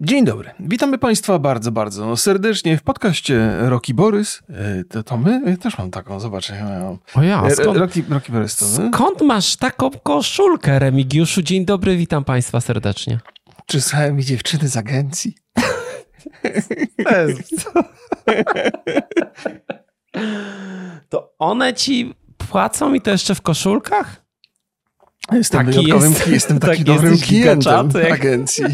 Dzień dobry. Witamy Państwa bardzo, bardzo serdecznie w podcaście Roki Borys. To my? Ja też mam taką, zobaczę. O ja, skąd, Roki Borys to my? Skąd masz taką koszulkę, Remigiuszu? Dzień dobry, witam Państwa serdecznie. Czy słuchałem mi dziewczyny z agencji? To one ci płacą i to jeszcze w koszulkach? Jestem taki dobrym klientem agencji.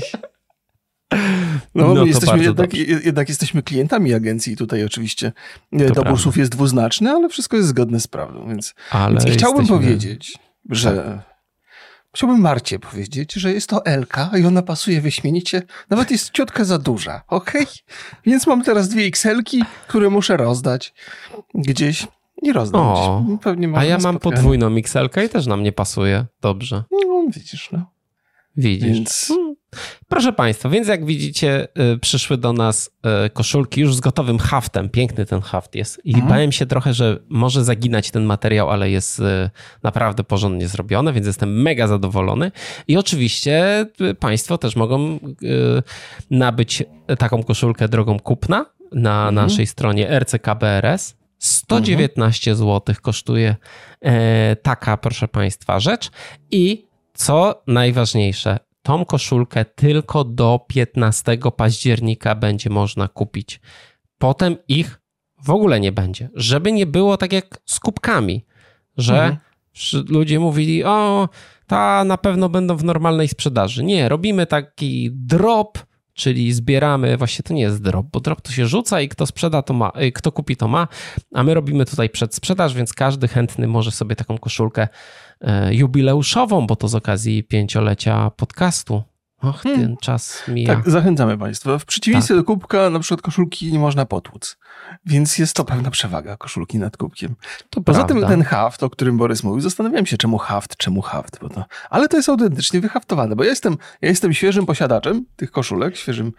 No jednak jesteśmy klientami agencji tutaj oczywiście. Dobór słów jest dwuznaczny, ale wszystko jest zgodne z prawdą. Więc chciałbym powiedzieć, że... Chciałbym Marcie powiedzieć, że jest to Elka i ona pasuje wyśmienicie. Nawet jest ciutka za duża, okej? Więc mam teraz 2 XL-ki, które muszę rozdać gdzieś i rozdam. Pewnie a ja mam podwójną XL-kę i też nam nie pasuje. Dobrze. No, widzisz, no. Widzisz. Więc... Proszę Państwa, więc jak widzicie, przyszły do nas koszulki już z gotowym haftem. Piękny ten haft jest. I bałem się trochę, że może zaginać ten materiał, ale jest naprawdę porządnie zrobione, więc jestem mega zadowolony. I oczywiście Państwo też mogą nabyć taką koszulkę drogą kupna na naszej stronie RCKBRS. 119 zł kosztuje taka, proszę Państwa, rzecz. I co najważniejsze, tą koszulkę tylko do 15 października będzie można kupić. Potem ich w ogóle nie będzie. Żeby nie było tak jak z kubkami, że ludzie mówili, ta na pewno będą w normalnej sprzedaży. Nie, robimy taki drop, czyli zbieramy, właśnie to nie jest drop, bo drop to się rzuca i kto sprzeda to ma, kto kupi to ma, a my robimy tutaj przedsprzedaż, więc każdy chętny może sobie taką koszulkę jubileuszową, bo to z okazji 5-lecia podcastu. Ten czas mija. Tak, zachęcamy Państwa. W przeciwieństwie do kubka, na przykład koszulki nie można potłuc. Więc jest to pewna przewaga koszulki nad kubkiem. Poza tym ten haft, o którym Borys mówił, zastanawiałem się, czemu haft. Ale to jest autentycznie wyhaftowane, bo ja jestem świeżym posiadaczem tych koszulek,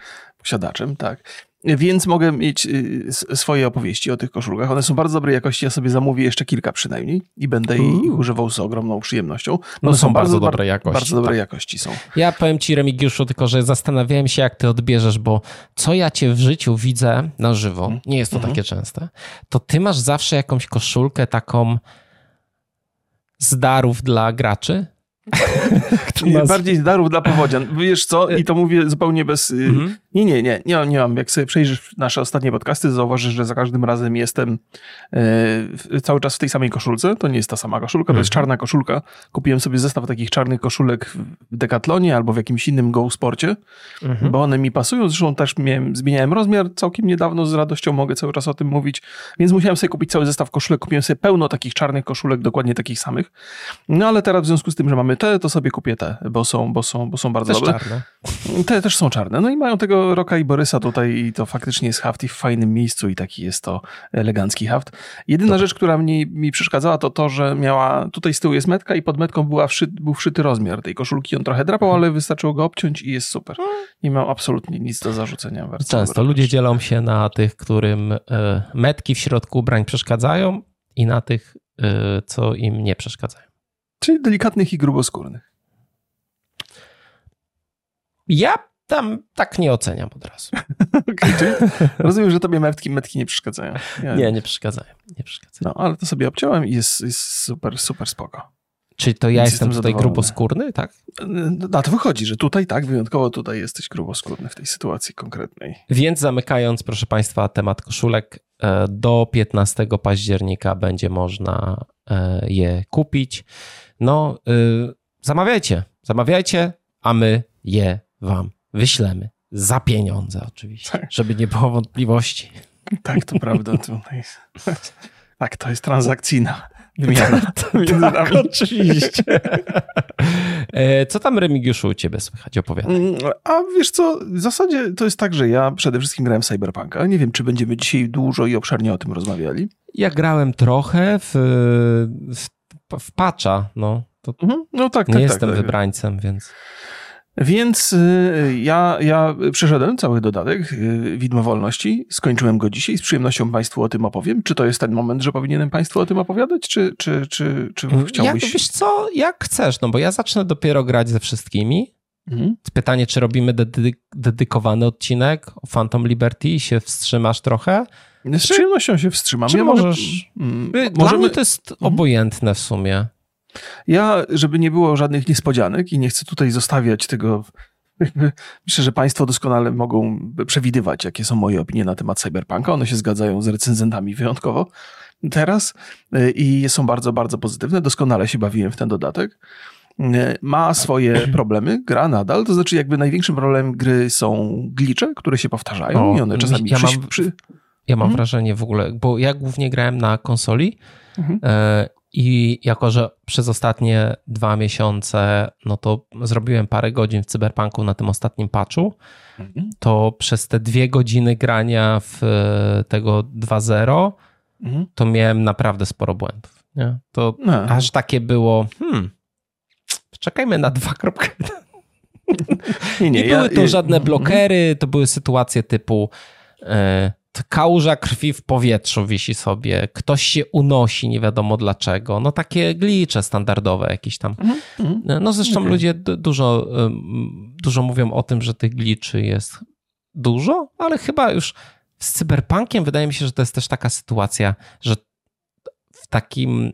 tak. Więc mogę mieć swoje opowieści o tych koszulkach. One są bardzo dobrej jakości. Ja sobie zamówię jeszcze kilka przynajmniej i będę ich używał z ogromną przyjemnością. One są bardzo dobrej jakości. Bardzo dobrej jakości są. Ja powiem ci, Remigiuszu, tylko że zastanawiałem się, jak ty odbierzesz, bo co ja cię w życiu widzę na żywo, nie jest to takie częste, to ty masz zawsze jakąś koszulkę taką z darów dla graczy. Bardziej z darów dla powodzian. Wiesz co? I to mówię zupełnie bez... Nie mam. Jak sobie przejrzysz nasze ostatnie podcasty, zauważysz, że za każdym razem jestem cały czas w tej samej koszulce. To nie jest ta sama koszulka, to jest czarna koszulka. Kupiłem sobie zestaw takich czarnych koszulek w Decathlonie albo w jakimś innym Go Sporcie, bo one mi pasują. Zresztą też zmieniałem rozmiar całkiem niedawno, z radością mogę cały czas o tym mówić. Więc musiałem sobie kupić cały zestaw koszulek. Kupiłem sobie pełno takich czarnych koszulek, dokładnie takich samych. No ale teraz w związku z tym, że mamy te, to sobie kupię te, bo są bardzo też dobre. Czarne. Te też są czarne. No i mają tego Roka i Borysa tutaj i to faktycznie jest haft i w fajnym miejscu i taki jest to elegancki haft. Jedyna rzecz, która mi przeszkadzała, to to, że tutaj z tyłu jest metka i pod metką był wszyty rozmiar tej koszulki. On trochę drapał, ale wystarczyło go obciąć i jest super. Nie miał absolutnie nic do zarzucenia. Często ludzie dzielą się na tych, którym metki w środku ubrań przeszkadzają i na tych, co im nie przeszkadzają. Czyli delikatnych i gruboskórnych. Ja tam tak nie oceniam od razu. Czyli rozumiem, że tobie metki nie przeszkadzają. Nie przeszkadzają. No, ale to sobie obciąłem i jest super spoko. Czyli to ja jestem tutaj gruboskórny, tak? No to wychodzi, że tutaj tak, wyjątkowo tutaj jesteś gruboskórny w tej sytuacji konkretnej. Więc zamykając, proszę Państwa, temat koszulek, do 15 października będzie można je kupić. No, zamawiajcie, a my je wam wyślemy. Za pieniądze oczywiście, tak. Żeby nie było wątpliwości. Tak, to prawda. Tak, to jest transakcyjna wymiana między nami. Oczywiście. Co tam, Remigiuszu, u ciebie słychać? Opowiadaj. A wiesz co, w zasadzie to jest tak, że ja przede wszystkim grałem w Cyberpunka. Nie wiem, czy będziemy dzisiaj dużo i obszernie o tym rozmawiali. Ja grałem trochę w patcha, no. Nie jestem wybrańcem, więc... Więc ja przeszedłem cały dodatek Widmo Wolności, skończyłem go dzisiaj, z przyjemnością Państwu o tym opowiem. Czy to jest ten moment, że powinienem Państwu o tym opowiadać, czy chciałbyś... Wiesz co, jak chcesz, no bo ja zacznę dopiero grać ze wszystkimi, Pytanie, czy robimy dedykowany odcinek o Phantom Liberty i się wstrzymasz trochę? Z przyjemnością się wstrzymam. Czy możesz... Dla mnie to jest obojętne w sumie. Ja, żeby nie było żadnych niespodzianek i nie chcę tutaj zostawiać tego... Myślę, że państwo doskonale mogą przewidywać, jakie są moje opinie na temat Cyberpunka. One się zgadzają z recenzentami wyjątkowo teraz i są bardzo, bardzo pozytywne. Doskonale się bawiłem w ten dodatek. Ma swoje problemy, gra nadal, to znaczy jakby największym problemem gry są glitche, które się powtarzają i one czasami Ja mam wrażenie w ogóle, bo ja głównie grałem na konsoli i jako, że przez ostatnie 2 miesiące, no to zrobiłem parę godzin w Cyberpunku na tym ostatnim patchu, to przez te 2 godziny grania w tego 2.0 to miałem naprawdę sporo błędów. Nie? To aż takie było, czekajmy na 2.1. Nie były to żadne blokery, to były sytuacje typu kałuża krwi w powietrzu wisi sobie, ktoś się unosi, nie wiadomo dlaczego. No takie glitche standardowe jakieś tam. No zresztą ludzie dużo mówią o tym, że tych glitchy jest dużo, ale chyba już z Cyberpunkiem wydaje mi się, że to jest też taka sytuacja, że w takim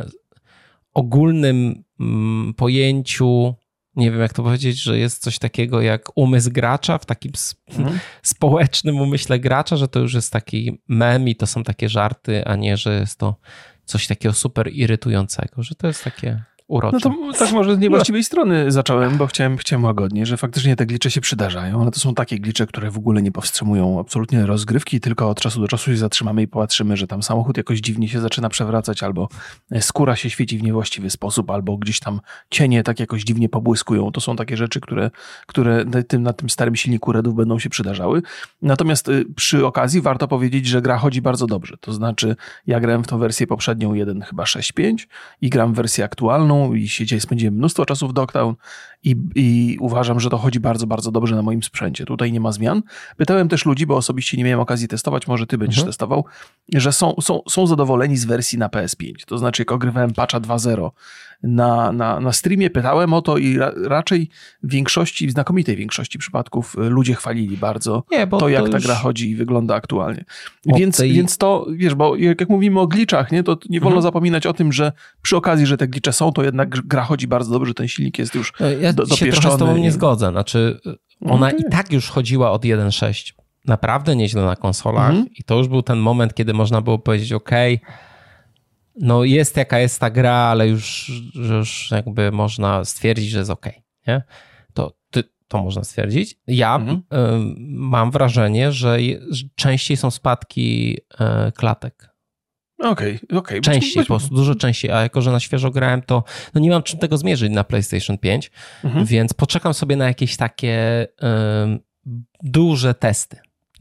ogólnym pojęciu, nie wiem jak to powiedzieć, że jest coś takiego jak umysł gracza, w takim społecznym umyśle gracza, że to już jest taki mem i to są takie żarty, a nie, że jest to coś takiego super irytującego, że to jest takie urocze. No to tak może z niewłaściwej strony zacząłem, bo chciałem łagodnie, że faktycznie te glitche się przydarzają, ale to są takie glitche, które w ogóle nie powstrzymują absolutnie rozgrywki, tylko od czasu do czasu się zatrzymamy i popatrzymy, że tam samochód jakoś dziwnie się zaczyna przewracać, albo skóra się świeci w niewłaściwy sposób, albo gdzieś tam cienie tak jakoś dziwnie pobłyskują. To są takie rzeczy, które na tym starym silniku Redów będą się przydarzały. Natomiast przy okazji warto powiedzieć, że gra chodzi bardzo dobrze. To znaczy ja grałem w tą wersję poprzednią 1.6.5 i gram w wersję aktualną i spędziłem mnóstwo czasu w Dogtown i uważam, że to chodzi bardzo, bardzo dobrze na moim sprzęcie. Tutaj nie ma zmian. Pytałem też ludzi, bo osobiście nie miałem okazji testować, może ty będziesz testował, że są zadowoleni z wersji na PS5. To znaczy, jak ogrywałem patcha 2.0 na streamie, pytałem o to i raczej w znakomitej większości przypadków ludzie chwalili bardzo jak ta gra chodzi i wygląda aktualnie. Więc to, wiesz, bo jak mówimy o glitchach, nie, to nie wolno zapominać o tym, że przy okazji, że te glitche są, to jednak gra chodzi bardzo dobrze, ten silnik jest już dopieszczony. Ja się trochę z tobą nie zgodzę. Znaczy, ona i tak już chodziła od 1.6 naprawdę nieźle na konsolach i to już był ten moment, kiedy można było powiedzieć, no jest jaka jest ta gra, ale już jakby można stwierdzić, że jest nie? To można stwierdzić. Ja mam wrażenie, że częściej są spadki klatek. Okej. Częściej, po prostu dużo częściej, a jako, że na świeżo grałem, to nie mam czym tego zmierzyć na PlayStation 5, więc poczekam sobie na jakieś takie duże testy.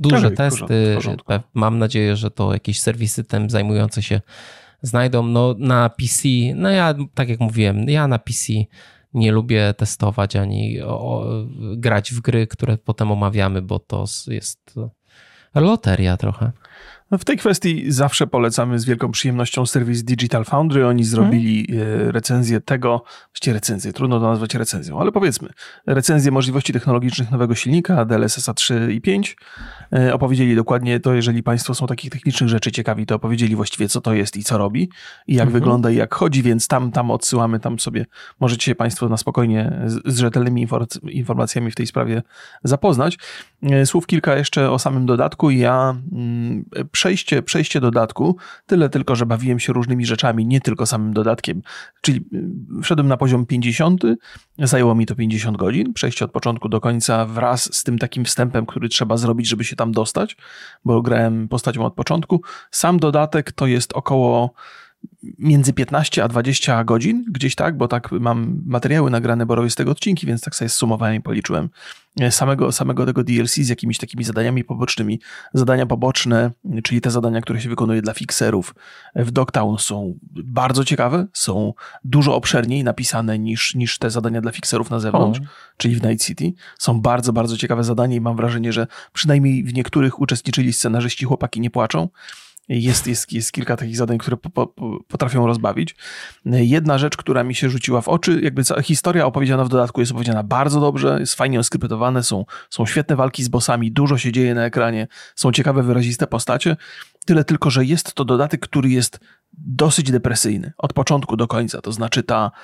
Mam nadzieję, że to jakieś serwisy tym zajmujące się znajdą. No na PC, ja tak jak mówiłem, ja na PC nie lubię testować ani grać w gry, które potem omawiamy, bo to jest loteria trochę. W tej kwestii zawsze polecamy z wielką przyjemnością serwis Digital Foundry. Oni zrobili recenzję tego, właściwie recenzję, trudno to nazwać recenzją, ale powiedzmy, recenzję możliwości technologicznych nowego silnika DLSS 3 i 5. Opowiedzieli dokładnie to, jeżeli państwo są takich technicznych rzeczy ciekawi, to opowiedzieli właściwie co to jest i co robi i jak wygląda i jak chodzi, więc tam odsyłamy, tam sobie możecie się państwo na spokojnie z rzetelnymi informacjami w tej sprawie zapoznać. Słów kilka jeszcze o samym dodatku. Ja przejście dodatku, tyle tylko, że bawiłem się różnymi rzeczami, nie tylko samym dodatkiem, czyli wszedłem na poziom 50, zajęło mi to 50 godzin, przejście od początku do końca wraz z tym takim wstępem, który trzeba zrobić, żeby się tam dostać, bo grałem postacią od początku. Sam dodatek to jest około między 15 a 20 godzin, gdzieś tak, bo tak mam materiały nagrane, bo robię z tego odcinki, więc tak sobie zsumowałem i policzyłem samego tego DLC z jakimiś takimi zadaniami pobocznymi. Zadania poboczne, czyli te zadania, które się wykonuje dla fixerów w Dogtown są bardzo ciekawe, są dużo obszerniej napisane niż te zadania dla fixerów na zewnątrz, czyli w Night City. Są bardzo, bardzo ciekawe zadania i mam wrażenie, że przynajmniej w niektórych uczestniczyli scenarzyści, chłopaki nie płaczą. Jest kilka takich zadań, które potrafią rozbawić. Jedna rzecz, która mi się rzuciła w oczy, jakby historia opowiedziana w dodatku jest opowiedziana bardzo dobrze, jest fajnie oskryptowane, są świetne walki z bossami, dużo się dzieje na ekranie, są ciekawe, wyraziste postacie. Tyle tylko, że jest to dodatek, który jest dosyć depresyjny od początku do końca. To znaczy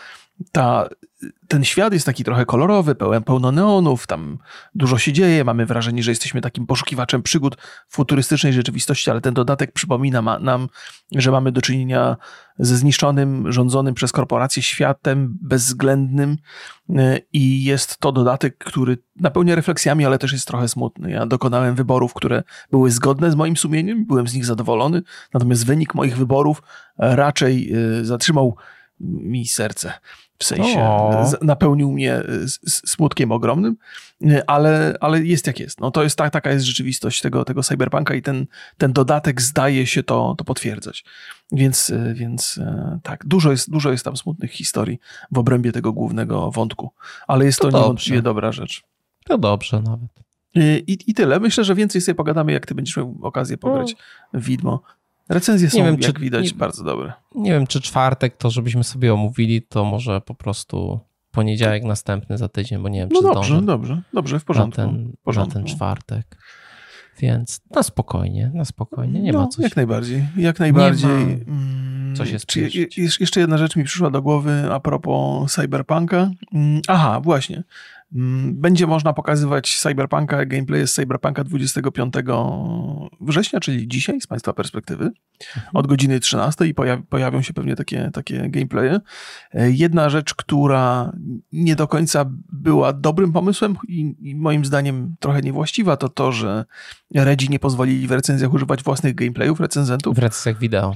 ten świat jest taki trochę kolorowy, pełno neonów, tam dużo się dzieje, mamy wrażenie, że jesteśmy takim poszukiwaczem przygód w futurystycznej rzeczywistości, ale ten dodatek przypomina nam, że mamy do czynienia ze zniszczonym, rządzonym przez korporacje światem bezwzględnym i jest to dodatek, który napełnia refleksjami, ale też jest trochę smutny. Ja dokonałem wyborów, które były zgodne z moim sumieniem, byłem z nich zadowolony, natomiast wynik moich wyborów raczej zatrzymał mi serce. W sensie napełnił mnie smutkiem ogromnym, ale jest jak jest. No to jest taka jest rzeczywistość tego cyberpunka i ten dodatek zdaje się to potwierdzać. Więc tak, dużo jest tam smutnych historii w obrębie tego głównego wątku, ale jest to niewątpliwie dobra rzecz. To dobrze nawet. I tyle. Myślę, że więcej sobie pogadamy, jak ty będziesz miał okazję pograć w Widmo. Recenzje są, jak widać, bardzo dobre. Nie wiem, czy czwartek to, żebyśmy sobie omówili, to może po prostu poniedziałek następny za tydzień, bo nie wiem, czy zdążę. Dobrze, w porządku. Na ten czwartek. Więc na spokojnie, nie ma coś. Jak najbardziej. Co się Jeszcze jedna rzecz mi przyszła do głowy a propos Cyberpunka. Aha, właśnie. Będzie można pokazywać Cyberpunka, gameplay z Cyberpunka 25 września, czyli dzisiaj z Państwa perspektywy, od godziny 13 i pojawią się pewnie takie gameplaye. Jedna rzecz, która nie do końca była dobrym pomysłem i moim zdaniem trochę niewłaściwa, to to, że Redzi nie pozwolili w recenzjach używać własnych gameplayów recenzentów. W recenzjach wideo.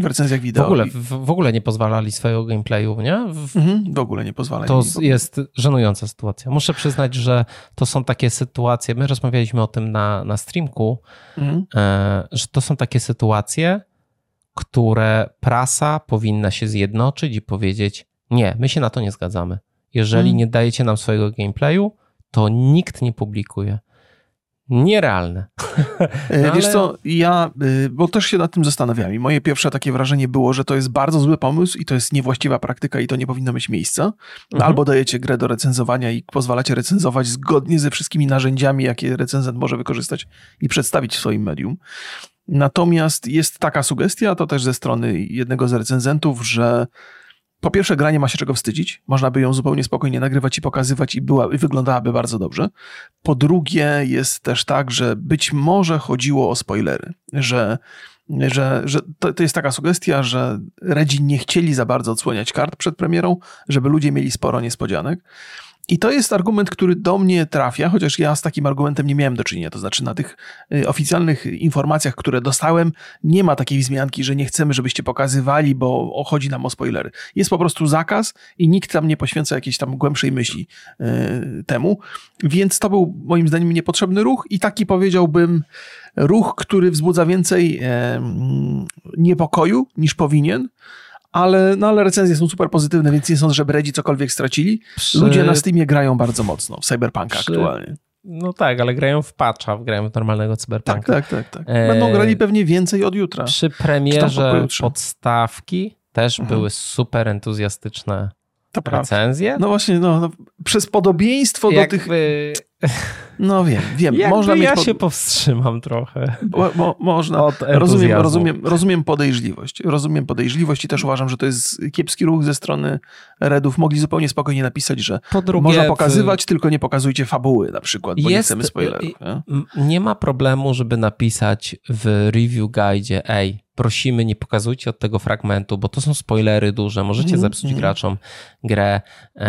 W ogóle nie pozwalali swojego gameplayu, nie? W ogóle nie pozwalali. To jest żenująca sytuacja. Muszę przyznać, że to są takie sytuacje, my rozmawialiśmy o tym na streamku, że to są takie sytuacje, które prasa powinna się zjednoczyć i powiedzieć, nie, my się na to nie zgadzamy. Jeżeli nie dajecie nam swojego gameplayu, to nikt nie publikuje. Nierealne. Wiesz co, bo też się nad tym zastanawiałem i moje pierwsze takie wrażenie było, że to jest bardzo zły pomysł i to jest niewłaściwa praktyka i to nie powinno mieć miejsca. Albo dajecie grę do recenzowania i pozwalacie recenzować zgodnie ze wszystkimi narzędziami, jakie recenzent może wykorzystać i przedstawić w swoim medium. Natomiast jest taka sugestia, to też ze strony jednego z recenzentów, że po pierwsze, gra nie ma się czego wstydzić. Można by ją zupełnie spokojnie nagrywać i pokazywać i wyglądałaby bardzo dobrze. Po drugie, jest też tak, że być może chodziło o spoilery. Że to jest taka sugestia, że Redzi nie chcieli za bardzo odsłaniać kart przed premierą, żeby ludzie mieli sporo niespodzianek. I to jest argument, który do mnie trafia, chociaż ja z takim argumentem nie miałem do czynienia. To znaczy na tych oficjalnych informacjach, które dostałem, nie ma takiej wzmianki, że nie chcemy, żebyście pokazywali, bo chodzi nam o spoilery. Jest po prostu zakaz i nikt tam nie poświęca jakiejś tam głębszej myśli temu. Więc to był moim zdaniem niepotrzebny ruch i taki powiedziałbym ruch, który wzbudza więcej niepokoju niż powinien. Ale recenzje są super pozytywne, więc nie sądzę, żeby Redzi cokolwiek stracili. Ludzie na Steamie grają bardzo mocno w Cyberpunka aktualnie. No tak, ale grają w patcha, grają w normalnego Cyberpunka. Tak. Będą grali pewnie więcej od jutra. Przy premierze podstawki też były super entuzjastyczne recenzje. No właśnie, przez podobieństwo do tych... No wiem. Można ja się powstrzymam trochę. Można. Rozumiem podejrzliwość. I też uważam, że to jest kiepski ruch ze strony Redów. Mogli zupełnie spokojnie napisać, że można pokazywać, tylko nie pokazujcie fabuły na przykład, bo nie chcemy spoilerów. Nie ma problemu, żeby napisać w review guide, prosimy, nie pokazujcie od tego fragmentu, bo to są spoilery duże, możecie zepsuć graczom grę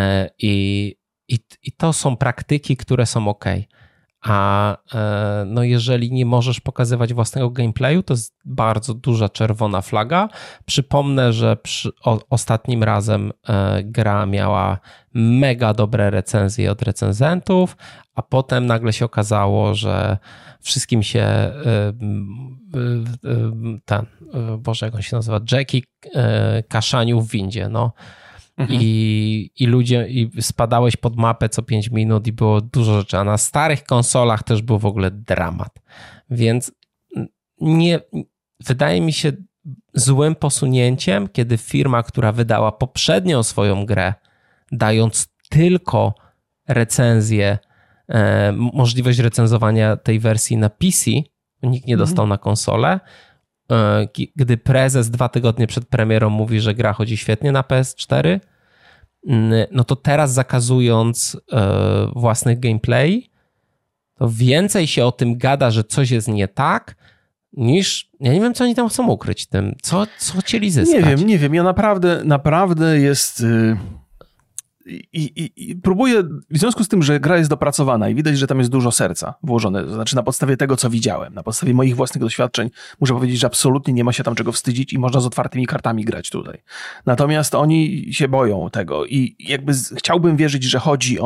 i to są praktyki, które są okej. A jeżeli nie możesz pokazywać własnego gameplayu, to jest bardzo duża czerwona flaga. Przypomnę, że ostatnim razem gra miała mega dobre recenzje od recenzentów, a potem nagle się okazało, że wszystkim się jak on się nazywa, Jackie kaszanił w windzie, I ludzie, spadałeś pod mapę co 5 minut i było dużo rzeczy, a na starych konsolach też był w ogóle dramat. Więc wydaje mi się złym posunięciem, kiedy firma, która wydała poprzednią swoją grę, dając tylko recenzję, możliwość recenzowania tej wersji na PC, nikt nie dostał na konsolę, gdy prezes 2 tygodnie przed premierą mówi, że gra chodzi świetnie na PS4, no to teraz zakazując własnych gameplay, to więcej się o tym gada, że coś jest nie tak, niż, ja nie wiem, co oni tam chcą ukryć tym. Co chcieli zyskać? Nie wiem. Ja naprawdę jest... I próbuję, w związku z tym, że gra jest dopracowana i widać, że tam jest dużo serca włożone, to znaczy na podstawie tego, co widziałem, na podstawie moich własnych doświadczeń, muszę powiedzieć, że absolutnie nie ma się tam czego wstydzić i można z otwartymi kartami grać tutaj. Natomiast oni się boją tego i jakby chciałbym wierzyć, że chodzi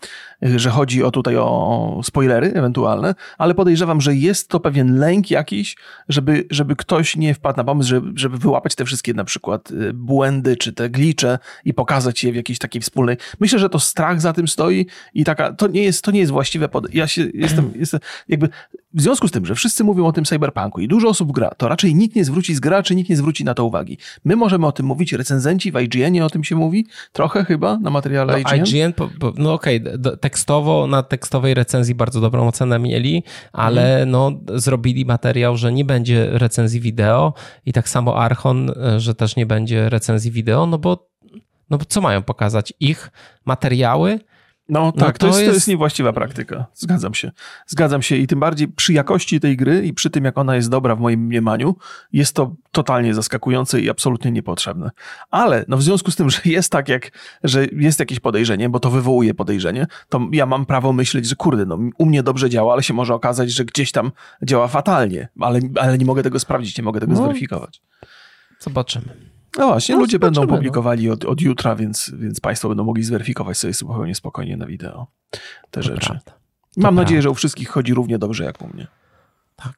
tutaj o spoilery ewentualne, ale podejrzewam, że jest to pewien lęk jakiś, żeby ktoś nie wpadł na pomysł, żeby wyłapać te wszystkie na przykład błędy czy te glicze i pokazać je w jakiejś takiej wspólnej. Myślę, że to strach za tym stoi i to nie jest właściwe jestem jakby w związku z tym, że wszyscy mówią o tym cyberpunku i dużo osób gra, to raczej nikt nie zwróci z graczy, nikt nie zwróci na to uwagi. My możemy o tym mówić, recenzenci w IGN-ie o tym się mówi, trochę chyba na materiale IGN. Tekstowo, na tekstowej recenzji bardzo dobrą ocenę mieli, ale zrobili materiał, że nie będzie recenzji wideo i tak samo Archon, że też nie będzie recenzji wideo, no bo co mają pokazać? Ich materiały? No tak, to jest niewłaściwa praktyka. Zgadzam się i tym bardziej przy jakości tej gry i przy tym, jak ona jest dobra w moim mniemaniu, jest to totalnie zaskakujące i absolutnie niepotrzebne. Ale w związku z tym, że jest tak, że jest jakieś podejrzenie, bo to wywołuje podejrzenie, to ja mam prawo myśleć, że u mnie dobrze działa, ale się może okazać, że gdzieś tam działa fatalnie, ale nie mogę tego sprawdzić, nie mogę tego zweryfikować. Zobaczymy. No właśnie, ludzie będą publikowali od jutra, więc państwo będą mogli zweryfikować sobie zupełnie spokojnie na wideo te rzeczy. Prawda. Mam nadzieję, że u wszystkich chodzi równie dobrze jak u mnie. Tak.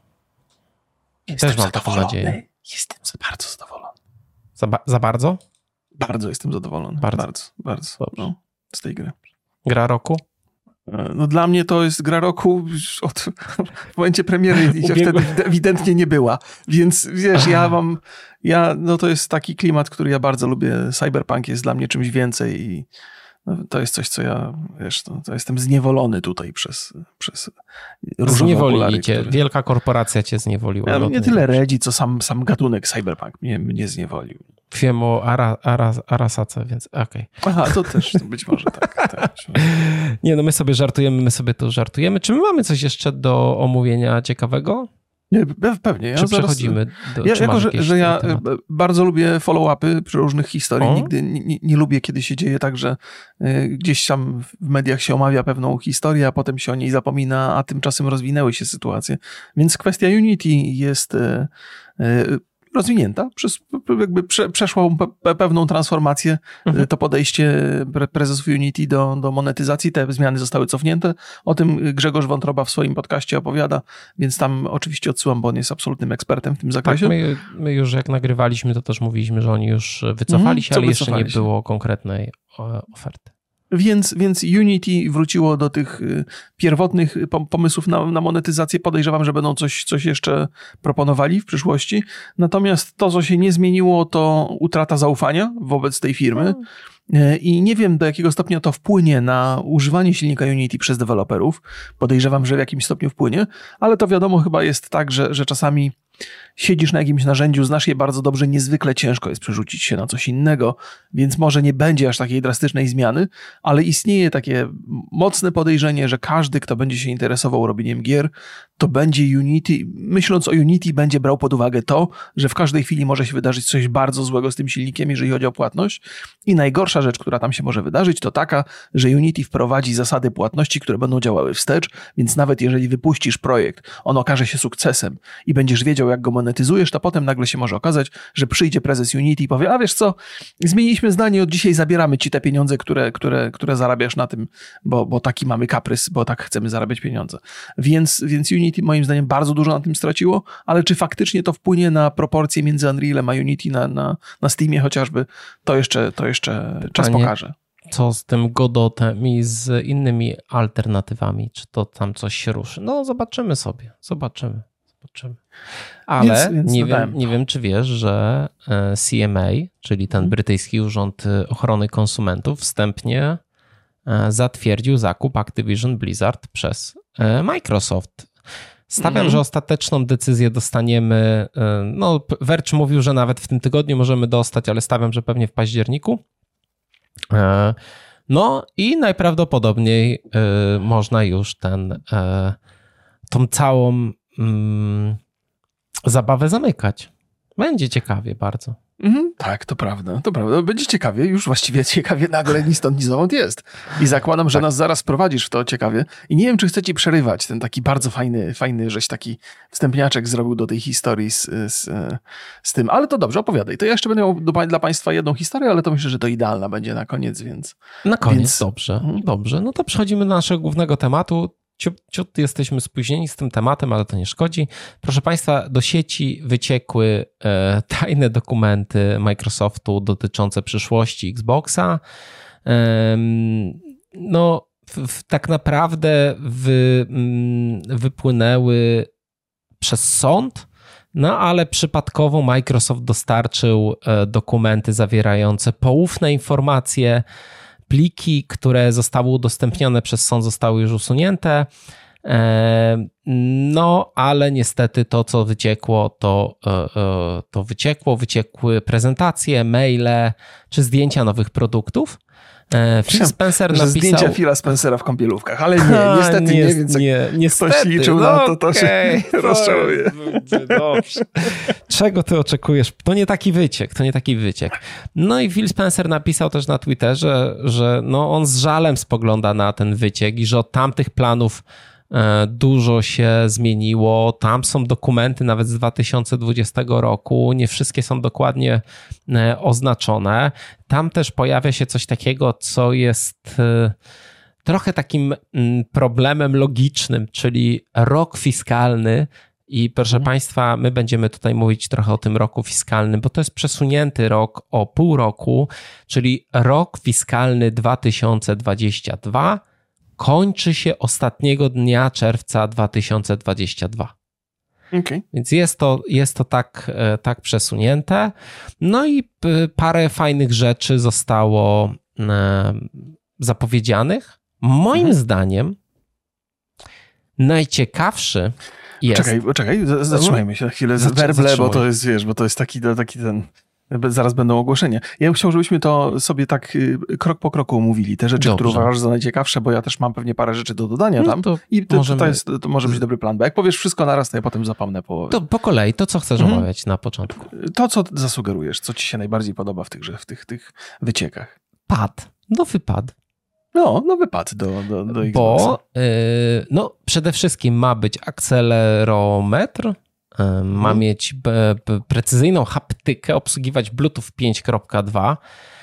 Też mam taką nadzieję. Jestem bardzo zadowolony. Za bardzo? Bardzo jestem zadowolony. Bardzo. Z tej gry. Gra roku? No dla mnie to jest gra roku w momencie premiery i wtedy ewidentnie nie była. Więc wiesz, to jest taki klimat, który ja bardzo lubię. Cyberpunk jest dla mnie czymś więcej i to jest coś, co to jestem zniewolony tutaj przez różowe okulary. Cię. Wielka korporacja cię zniewoliła. Nie tyle Redzi, co sam gatunek Cyberpunk mnie zniewolił. Wiem o Arasace, więc okej. Aha, to też być może tak. Nie, my sobie żartujemy. Czy my mamy coś jeszcze do omówienia ciekawego? Nie, pewnie. Czy przechodzimy do... Jako, że ja bardzo lubię follow-upy przy różnych historii. Nigdy nie lubię, kiedy się dzieje tak, że gdzieś tam w mediach się omawia pewną historię, a potem się o niej zapomina, a tymczasem rozwinęły się sytuacje. Więc kwestia Unity jest rozwinięta, przeszła pewną transformację, to podejście prezesów Unity do monetyzacji, te zmiany zostały cofnięte. O tym Grzegorz Wątroba w swoim podcaście opowiada, więc tam oczywiście odsyłam, bo on jest absolutnym ekspertem w tym zakresie. Tak, my już jak nagrywaliśmy, to też mówiliśmy, że oni już wycofali się, ale jeszcze nie było konkretnej oferty. Więc Unity wróciło do tych pierwotnych pomysłów na monetyzację. Podejrzewam, że będą coś jeszcze proponowali w przyszłości. Natomiast to, co się nie zmieniło, to utrata zaufania wobec tej firmy. I nie wiem, do jakiego stopnia to wpłynie na używanie silnika Unity przez deweloperów. Podejrzewam, że w jakimś stopniu wpłynie, ale to wiadomo chyba jest tak, że czasami siedzisz na jakimś narzędziu, znasz je bardzo dobrze, niezwykle ciężko jest przerzucić się na coś innego, więc może nie będzie aż takiej drastycznej zmiany, ale istnieje takie mocne podejrzenie, że każdy, kto będzie się interesował robieniem gier, to będzie Unity, myśląc o Unity, będzie brał pod uwagę to, że w każdej chwili może się wydarzyć coś bardzo złego z tym silnikiem, jeżeli chodzi o płatność. I najgorsza rzecz, która tam się może wydarzyć, to taka, że Unity wprowadzi zasady płatności, które będą działały wstecz, więc nawet jeżeli wypuścisz projekt, on okaże się sukcesem i będziesz wiedział, jak go monetyzujesz, to potem nagle się może okazać, że przyjdzie prezes Unity i powie, a wiesz co, zmieniliśmy zdanie, od dzisiaj zabieramy ci te pieniądze, które zarabiasz na tym, bo taki mamy kaprys, bo tak chcemy zarabiać pieniądze. Więc Unity moim zdaniem bardzo dużo na tym straciło, ale czy faktycznie to wpłynie na proporcje między Unrealem a Unity na Steamie chociażby, to jeszcze czas pokaże. Co z tym Godotem i z innymi alternatywami? Czy to tam coś się ruszy? No zobaczymy sobie. zobaczymy. Ale więc nie wiem, czy wiesz, że CMA, czyli ten brytyjski Urząd Ochrony Konsumentów, wstępnie zatwierdził zakup Activision Blizzard przez Microsoft. Stawiam, że ostateczną decyzję dostaniemy, no Verge mówił, że nawet w tym tygodniu możemy dostać, ale stawiam, że pewnie w październiku. No i najprawdopodobniej można już tą całą zabawę zamykać. Będzie ciekawie bardzo. Tak, to prawda. Będzie ciekawie, już właściwie ciekawie nagle ni stąd, ni zowąd jest. I zakładam, że nas zaraz prowadzisz w to ciekawie. I nie wiem, czy chcę ci przerywać ten taki bardzo fajny, żeś taki wstępniaczek zrobił do tej historii z tym. Ale to dobrze, opowiadaj. To ja jeszcze będę miał dla państwa jedną historię, ale to myślę, że to idealna będzie na koniec, więc... Na koniec, dobrze. No to przechodzimy do naszego głównego tematu. Ciut jesteśmy spóźnieni z tym tematem, ale to nie szkodzi. Proszę Państwa, do sieci wyciekły tajne dokumenty Microsoftu dotyczące przyszłości Xboxa. No, tak naprawdę wypłynęły przez sąd, no ale przypadkowo Microsoft dostarczył dokumenty zawierające poufne informacje. Pliki, które zostały udostępnione przez sąd, zostały już usunięte. No, ale niestety to, co wyciekło, to wyciekły prezentacje, maile czy zdjęcia nowych produktów. Phil Spencer napisał... Zdjęcia Phila Spencera w kąpielówkach, ale niestety nie, więc niestety, ktoś liczył na to się rozczaruje. Dobrze. Czego ty oczekujesz? To nie taki wyciek. No i Phil Spencer napisał też na Twitterze, że no on z żalem spogląda na ten wyciek i że od tamtych planów dużo się zmieniło. Tam są dokumenty nawet z 2020 roku. Nie wszystkie są dokładnie oznaczone. Tam też pojawia się coś takiego, co jest trochę takim problemem logicznym, czyli rok fiskalny. I proszę Państwa, my będziemy tutaj mówić trochę o tym roku fiskalnym, bo to jest przesunięty rok o pół roku, czyli rok fiskalny 2022 kończy się ostatniego dnia czerwca 2022. Okay. Więc jest to tak przesunięte. No i parę fajnych rzeczy zostało zapowiedzianych. Moim zdaniem najciekawszy jest... Czekaj, zatrzymajmy się na chwilę. Werble, bo to jest, bo to jest taki ten... Zaraz będą ogłoszenia. Ja bym chciał, żebyśmy to sobie tak krok po kroku omówili. Te rzeczy, które uważasz za najciekawsze, bo ja też mam pewnie parę rzeczy do dodania tam. I to może być dobry plan. Bo jak powiesz wszystko naraz, to ja potem zapomnę połowę. To po kolei, to co chcesz omawiać na początku? To, co zasugerujesz, co ci się najbardziej podoba w tych wyciekach. Nowy pad. Nowy pad do Xboxa. Bo przede wszystkim ma być akcelerometr, ma mieć precyzyjną haptykę, obsługiwać Bluetooth 5.2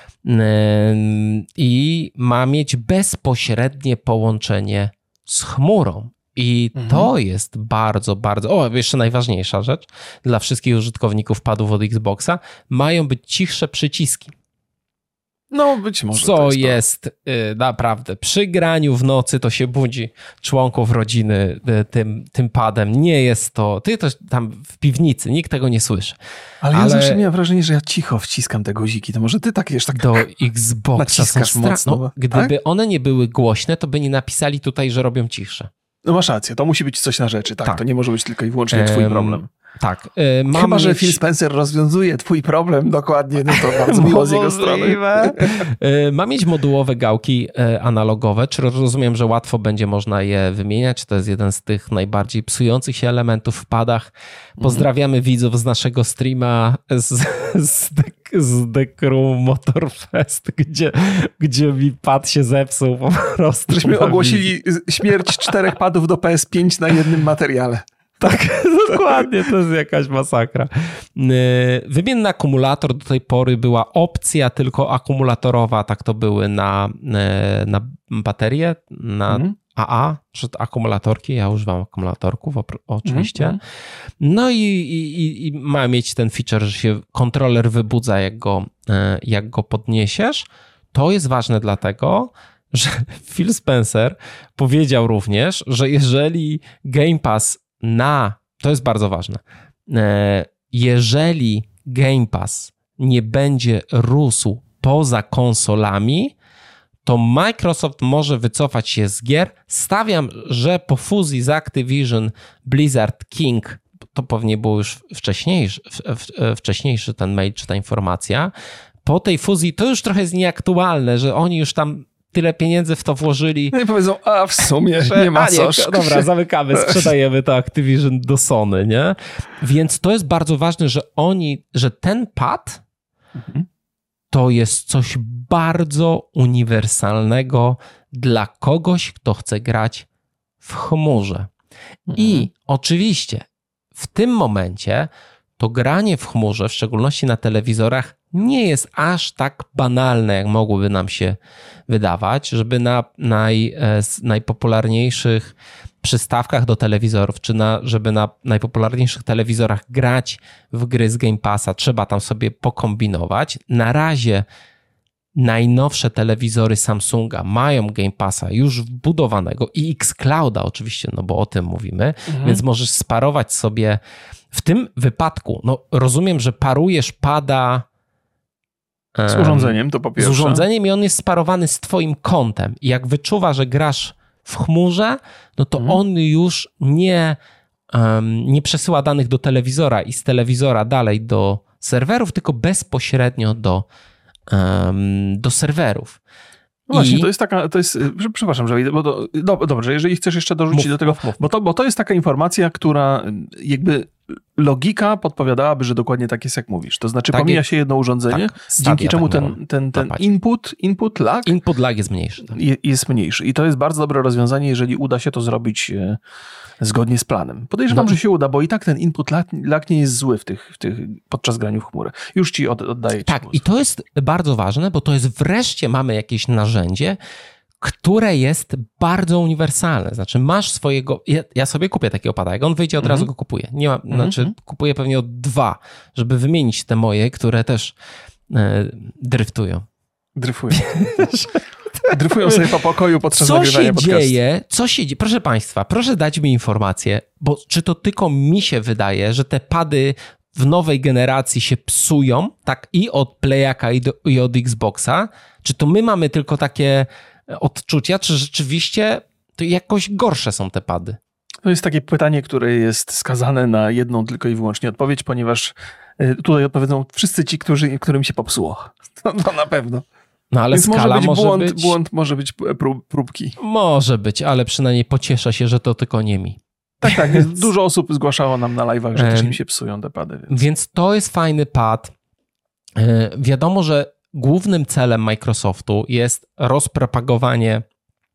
i ma mieć bezpośrednie połączenie z chmurą. I to jest bardzo, bardzo... jeszcze najważniejsza rzecz dla wszystkich użytkowników padów od Xboxa. Mają być cichsze przyciski. No, być może. Co jest naprawdę, przy graniu w nocy to się budzi członków rodziny tym padem. Nie jest to, ty to tam w piwnicy, nikt tego nie słyszy. Ale ja zawsze miałem wrażenie, że ja cicho wciskam te guziki. To może ty tak wiesz, tak do Xboxa naciskasz mocno. Gdyby one nie były głośne, to by nie napisali tutaj, że robią cichsze. No masz rację, to musi być coś na rzeczy, tak? To nie może być tylko i wyłącznie twój problem. Tak. Chyba, że Phil Spencer rozwiązuje twój problem dokładnie, no to bardzo miło z jego strony. Ma mieć modułowe gałki analogowe, czy rozumiem, że łatwo będzie można je wymieniać. To jest jeden z tych najbardziej psujących się elementów w padach. Pozdrawiamy widzów z naszego streama z The Crew Motorfest, gdzie mi pad się zepsuł po prostu. Żeśmy ogłosili śmierć 4 padów do PS5 na jednym materiale. Tak, dokładnie, to jest jakaś masakra. Wymienny akumulator do tej pory była opcja tylko akumulatorowa, tak to były na baterie, na AA, czy akumulatorki, ja używam akumulatorków oczywiście. No i ma mieć ten feature, że się kontroler wybudza, jak go podniesiesz. To jest ważne dlatego, że Phil Spencer powiedział również, że jeżeli Game Pass na to jest bardzo ważne. Jeżeli Game Pass nie będzie rósł poza konsolami, to Microsoft może wycofać się z gier. Stawiam, że po fuzji z Activision, Blizzard, King, to pewnie było już wcześniejszy ten mail czy ta informacja, po tej fuzji to już trochę jest nieaktualne, że oni już tam tyle pieniędzy w to włożyli. No i powiedzą, a w sumie nie ma co. Dobra, zamykamy, sprzedajemy to Activision do Sony, nie? Więc to jest bardzo ważne, że ten pad to jest coś bardzo uniwersalnego dla kogoś, kto chce grać w chmurze. I oczywiście w tym momencie to granie w chmurze, w szczególności na telewizorach, nie jest aż tak banalne, jak mogłoby nam się wydawać, żeby na najpopularniejszych przystawkach do telewizorów, czy żeby na najpopularniejszych telewizorach grać w gry z Game Passa, trzeba tam sobie pokombinować. Na razie najnowsze telewizory Samsunga mają Game Passa już wbudowanego i Xclouda oczywiście, no bo o tym mówimy, więc możesz sparować sobie w tym wypadku, no rozumiem, że parujesz pada z urządzeniem, to po pierwsze. Z urządzeniem i on jest sparowany z twoim kontem i jak wyczuwa, że grasz w chmurze, no to on już nie przesyła danych do telewizora i z telewizora dalej do serwerów, tylko bezpośrednio do serwerów. No właśnie, przepraszam, że dobrze, jeżeli chcesz jeszcze dorzucić do tego, bo to jest taka informacja, która jakby logika podpowiadałaby, że dokładnie tak jest, jak mówisz. To znaczy pomija się jedno urządzenie, dzięki czemu ten input lag... Input lag jest mniejszy. Tak? Jest mniejszy. I to jest bardzo dobre rozwiązanie, jeżeli uda się to zrobić zgodnie z planem. Podejrzewam, że się uda, bo i tak ten input lag nie jest zły podczas grania w chmurę. Już ci oddaję. Tak, i to jest bardzo ważne, bo to jest wreszcie mamy jakieś narzędzie, które jest bardzo uniwersalne. Znaczy masz swojego... Ja sobie kupię takiego pada. Jak on wyjdzie, od razu go kupuję. Nie ma, znaczy kupuję pewnie od 2, żeby wymienić te moje, które też dryftują. Dryfują sobie po pokoju podczas nagrywania podcastu. Co się dzieje? Proszę Państwa, proszę dać mi informację, bo czy to tylko mi się wydaje, że te pady w nowej generacji się psują, tak i od Playaka i od Xboxa? Czy to my mamy tylko takie odczucia, czy rzeczywiście to jakoś gorsze są te pady? To jest takie pytanie, które jest skazane na jedną tylko i wyłącznie odpowiedź, ponieważ tutaj odpowiedzą wszyscy ci, którym się popsuło. To na pewno. No ale więc skala może być błąd, może być próbki. Może być, ale przynajmniej pocieszę się, że to tylko nie mi. Tak. Dużo osób zgłaszało nam na live'ach, że też im się psują te pady. Więc to jest fajny pad. Wiadomo, że głównym celem Microsoftu jest rozpropagowanie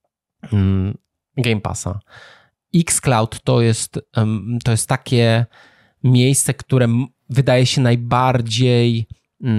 Game Passa. Xcloud to jest takie miejsce, które wydaje się najbardziej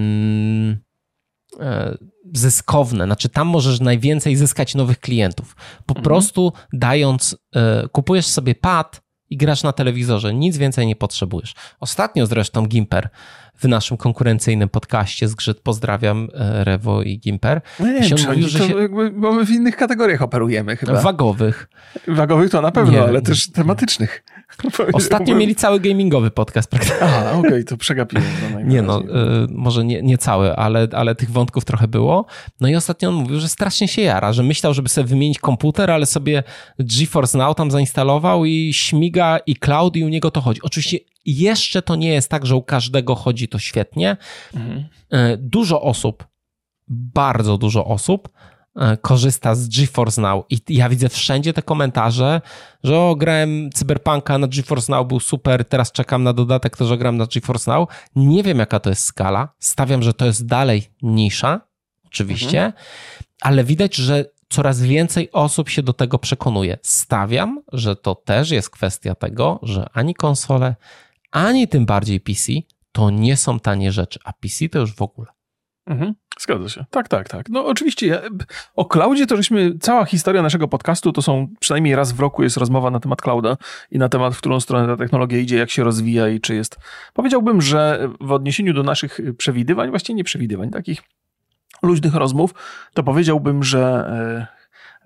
zyskowne. Znaczy tam możesz najwięcej zyskać nowych klientów. Po prostu kupujesz sobie pad i grasz na telewizorze. Nic więcej nie potrzebujesz. Ostatnio zresztą Gimper w naszym konkurencyjnym podcaście Zgrzyt, pozdrawiam Rewo i Gimper. No nie wiem, mówił, że bo my w innych kategoriach operujemy chyba. Wagowych. Wagowych to na pewno, ale też tematycznych. Ostatnio mieli cały gamingowy podcast. Okej, to przegapiłem. Może nie cały, ale tych wątków trochę było. No i ostatnio on mówił, że strasznie się jara, że myślał, żeby sobie wymienić komputer, ale sobie GeForce Now tam zainstalował i śmiga i cloud i u niego to chodzi. Oczywiście jeszcze to nie jest tak, że u każdego chodzi to świetnie. Dużo osób, bardzo dużo osób korzysta z GeForce Now i ja widzę wszędzie te komentarze, że grałem Cyberpunka na GeForce Now, był super, teraz czekam na dodatek, to że gram na GeForce Now. Nie wiem, jaka to jest skala. Stawiam, że to jest dalej nisza, oczywiście, ale widać, że coraz więcej osób się do tego przekonuje. Stawiam, że to też jest kwestia tego, że ani konsole, ani tym bardziej PC to nie są tanie rzeczy, a PC to już w ogóle. Zgadza się. Tak. No oczywiście o cloudzie to cała historia naszego podcastu to są przynajmniej raz w roku jest rozmowa na temat clouda i na temat, w którą stronę ta technologia idzie, jak się rozwija i czy jest. Powiedziałbym, że w odniesieniu do naszych przewidywań, właściwie nie przewidywań, takich luźnych rozmów, to powiedziałbym, że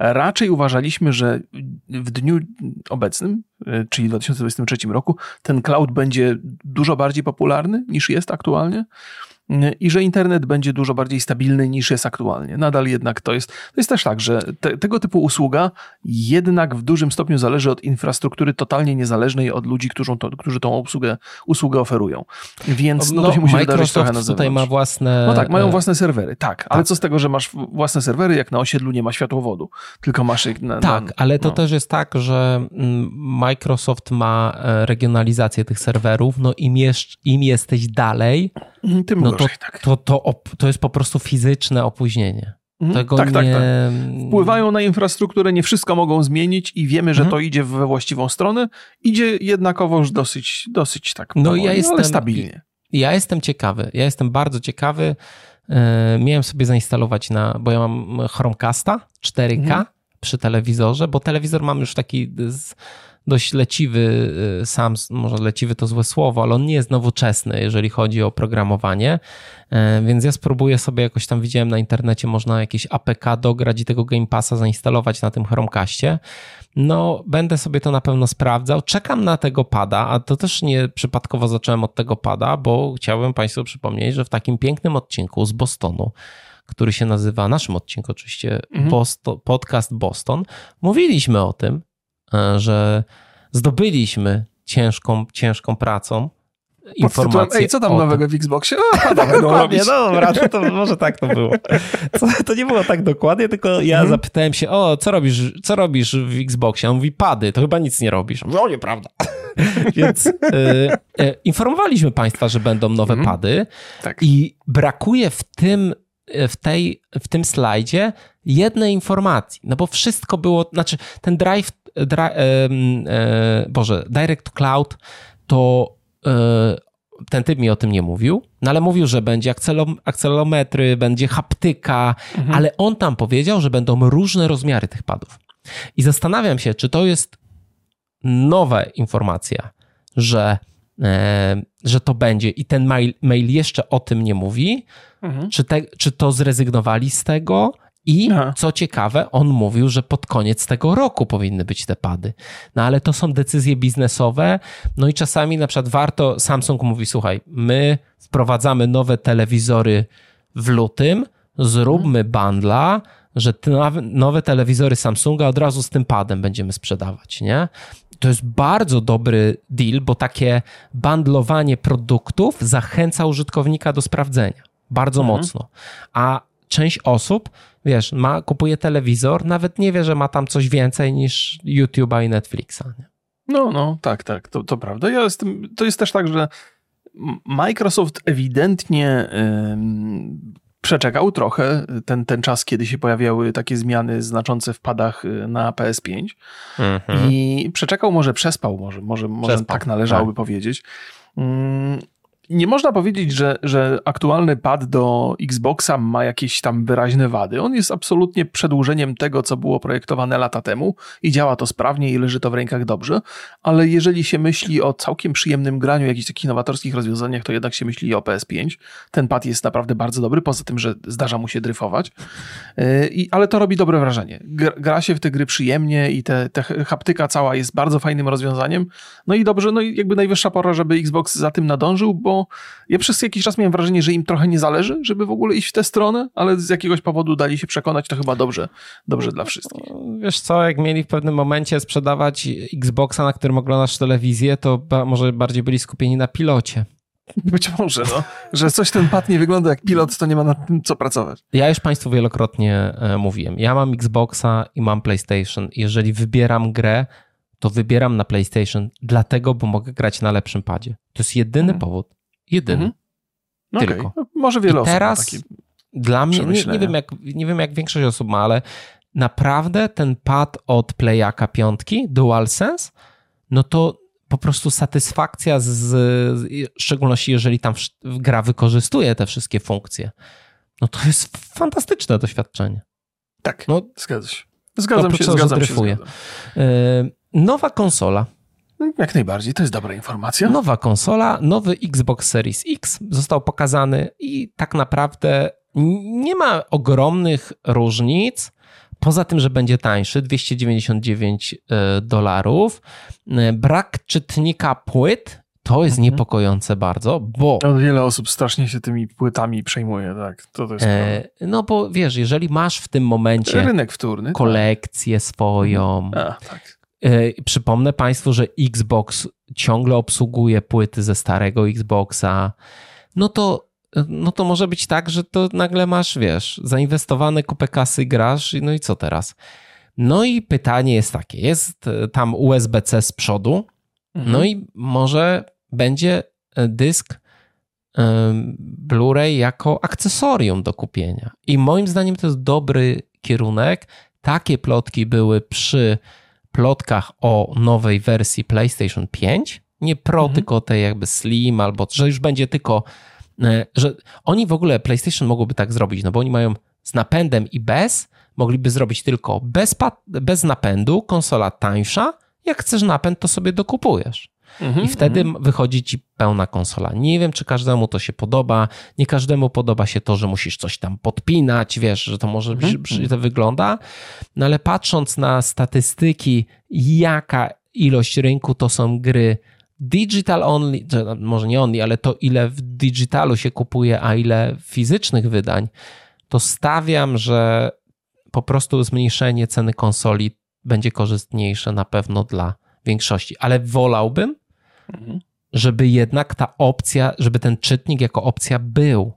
raczej uważaliśmy, że w dniu obecnym, czyli w 2023 roku, ten cloud będzie dużo bardziej popularny niż jest aktualnie i że internet będzie dużo bardziej stabilny niż jest aktualnie. Nadal jednak to jest też tak, że tego typu usługa jednak w dużym stopniu zależy od infrastruktury totalnie niezależnej od ludzi, którzy tą usługę oferują. Więc to się musi wydarzyć trochę na zewnątrz. Tutaj ma własne... No tak, mają własne serwery, tak. Ale co z tego, że masz własne serwery, jak na osiedlu nie ma światłowodu, tylko masz... ale to też jest tak, że Microsoft ma regionalizację tych serwerów, no im jesteś dalej, tym gorzej, to jest po prostu fizyczne opóźnienie. Tego tak. Wpływają na infrastrukturę, nie wszystko mogą zmienić i wiemy, że to idzie we właściwą stronę. Idzie jednakowoż dosyć tak powoli, ale stabilnie. Ja jestem bardzo ciekawy. Miałem sobie zainstalować bo ja mam Chromecasta 4K przy telewizorze, bo telewizor mam już taki dość leciwy, może leciwy to złe słowo, ale on nie jest nowoczesny, jeżeli chodzi o programowanie, więc ja spróbuję sobie jakoś tam, widziałem na internecie, można jakieś APK dograć i tego Game Passa zainstalować na tym Chromecastie. No, będę sobie to na pewno sprawdzał. Czekam na tego pada, a to też nie przypadkowo zacząłem od tego pada, bo chciałbym Państwu przypomnieć, że w takim pięknym odcinku z Bostonu, który się nazywa, naszym odcinku oczywiście, podcast Boston, mówiliśmy o tym, że zdobyliśmy ciężką pracą informację. Ej, co tam nowego w Xboxie? Dobra, to może tak to było. To nie było tak dokładnie, tylko ja zapytałem się, co robisz w Xboxie? On mówi, pady, to chyba nic nie robisz. No, nieprawda. Więc informowaliśmy Państwa, że będą nowe pady i brakuje w tym slajdzie jednej informacji, no bo wszystko było, znaczy ten Direct to Cloud, to ten typ mi o tym nie mówił, no ale mówił, że będzie akcelerometry, będzie haptyka, ale on tam powiedział, że będą różne rozmiary tych padów. I zastanawiam się, czy to jest nowa informacja, że to będzie i ten mail jeszcze o tym nie mówi, czy to zrezygnowali z tego i co ciekawe, on mówił, że pod koniec tego roku powinny być te pady. No ale to są decyzje biznesowe, no i czasami na przykład Samsung mówi, słuchaj, my wprowadzamy nowe telewizory w lutym, zróbmy bundla, że nowe telewizory Samsunga od razu z tym padem będziemy sprzedawać, nie? To jest bardzo dobry deal, bo takie bundlowanie produktów zachęca użytkownika do sprawdzenia. Bardzo mocno. A część osób, wiesz, kupuje telewizor, nawet nie wie, że ma tam coś więcej niż YouTube'a i Netflixa. Nie? No, tak, to prawda. To jest też tak, że Microsoft ewidentnie przeczekał trochę ten czas, kiedy się pojawiały takie zmiany znaczące w padach na PS5 i przeczekał, może przespał, może tak należałoby powiedzieć. Nie można powiedzieć, że aktualny pad do Xboxa ma jakieś tam wyraźne wady. On jest absolutnie przedłużeniem tego, co było projektowane lata temu i działa to sprawnie i leży to w rękach dobrze, ale jeżeli się myśli o całkiem przyjemnym graniu, jakichś takich nowatorskich rozwiązaniach, to jednak się myśli o PS5. Ten pad jest naprawdę bardzo dobry, poza tym, że zdarza mu się dryfować, ale to robi dobre wrażenie. Gra się w te gry przyjemnie i te haptyka cała jest bardzo fajnym rozwiązaniem. No i dobrze, no i jakby najwyższa pora, żeby Xbox za tym nadążył, bo ja przez jakiś czas miałem wrażenie, że im trochę nie zależy, żeby w ogóle iść w tę stronę, ale z jakiegoś powodu dali się przekonać, to chyba dobrze dla wszystkich. Wiesz co, jak mieli w pewnym momencie sprzedawać Xboxa, na którym oglądasz telewizję, to może bardziej byli skupieni na pilocie. Być może, że coś ten pad nie wygląda jak pilot, to nie ma nad tym co pracować. Ja już Państwu wielokrotnie mówiłem. Ja mam Xboxa i mam PlayStation. Jeżeli wybieram grę, to wybieram na PlayStation dlatego, bo mogę grać na lepszym padzie. To jest jedyny powód. Jedyny. Tylko. Okay. Może wiele osób teraz ma takie dla mnie, nie wiem jak większość osób ma, ale naprawdę ten pad od Playaka 5, DualSense, no to po prostu satysfakcja w szczególności jeżeli tam gra wykorzystuje te wszystkie funkcje, no to jest fantastyczne doświadczenie. Tak, zgadzam się. Zgadzam się. Nowa konsola. Jak najbardziej, to jest dobra informacja. Nowa konsola, nowy Xbox Series X został pokazany i tak naprawdę nie ma ogromnych różnic poza tym, że będzie tańszy, $299, brak czytnika płyt, to jest niepokojące bardzo, bo... No, wiele osób strasznie się tymi płytami przejmuje, tak? To jest no bo wiesz, jeżeli masz w tym momencie rynek wtórny, kolekcję swoją... tak. Przypomnę Państwu, że Xbox ciągle obsługuje płyty ze starego Xboxa, no to może być tak, że to nagle masz, wiesz, zainwestowane kupę kasy, grasz, no i co teraz? No i pytanie jest takie, jest tam USB-C z przodu, no i może będzie dysk Blu-ray jako akcesorium do kupienia. I moim zdaniem to jest dobry kierunek. Takie plotki były przy plotkach o nowej wersji PlayStation 5. Nie Pro, tylko tej jakby Slim, albo że już będzie tylko... że oni w ogóle, PlayStation mogłoby tak zrobić, no bo oni mają z napędem i bez, mogliby zrobić tylko bez napędu, konsola tańsza, jak chcesz napęd, to sobie dokupujesz. I wtedy wychodzi ci pełna konsola. Nie wiem, czy każdemu to się podoba, nie każdemu podoba się to, że musisz coś tam podpinać, wiesz, że to może to wygląda, no ale patrząc na statystyki, jaka ilość rynku to są gry digital only, może nie only, ale to ile w digitalu się kupuje, a ile fizycznych wydań, to stawiam, że po prostu zmniejszenie ceny konsoli będzie korzystniejsze na pewno dla większości, ale wolałbym, żeby jednak ta opcja, żeby ten czytnik jako opcja był.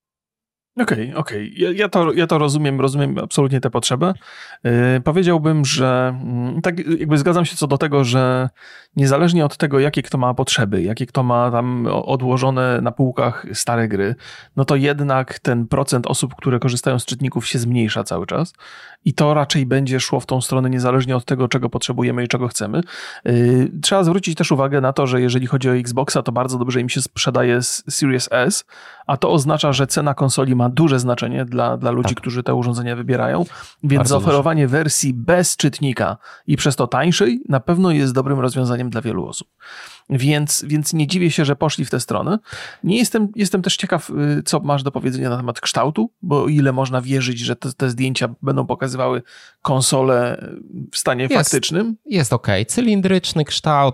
Okej. Ja to rozumiem absolutnie tę potrzebę. Powiedziałbym, że tak jakby zgadzam się co do tego, że niezależnie od tego, jakie kto ma potrzeby, jakie kto ma tam odłożone na półkach stare gry, no to jednak ten procent osób, które korzystają z czytników się zmniejsza cały czas i to raczej będzie szło w tą stronę niezależnie od tego, czego potrzebujemy i czego chcemy. Trzeba zwrócić też uwagę na to, że jeżeli chodzi o Xboxa, to bardzo dobrze im się sprzedaje Series S, a to oznacza, że cena konsoli ma duże znaczenie dla ludzi, którzy te urządzenia wybierają, więc bardzo zaoferowanie wersji bez czytnika i przez to tańszej na pewno jest dobrym rozwiązaniem dla wielu osób. Więc nie dziwię się, że poszli w tę stronę. Jestem też ciekaw, co masz do powiedzenia na temat kształtu, bo o ile można wierzyć, że te zdjęcia będą pokazywały konsolę w stanie faktycznym. Jest okej. Cylindryczny kształt.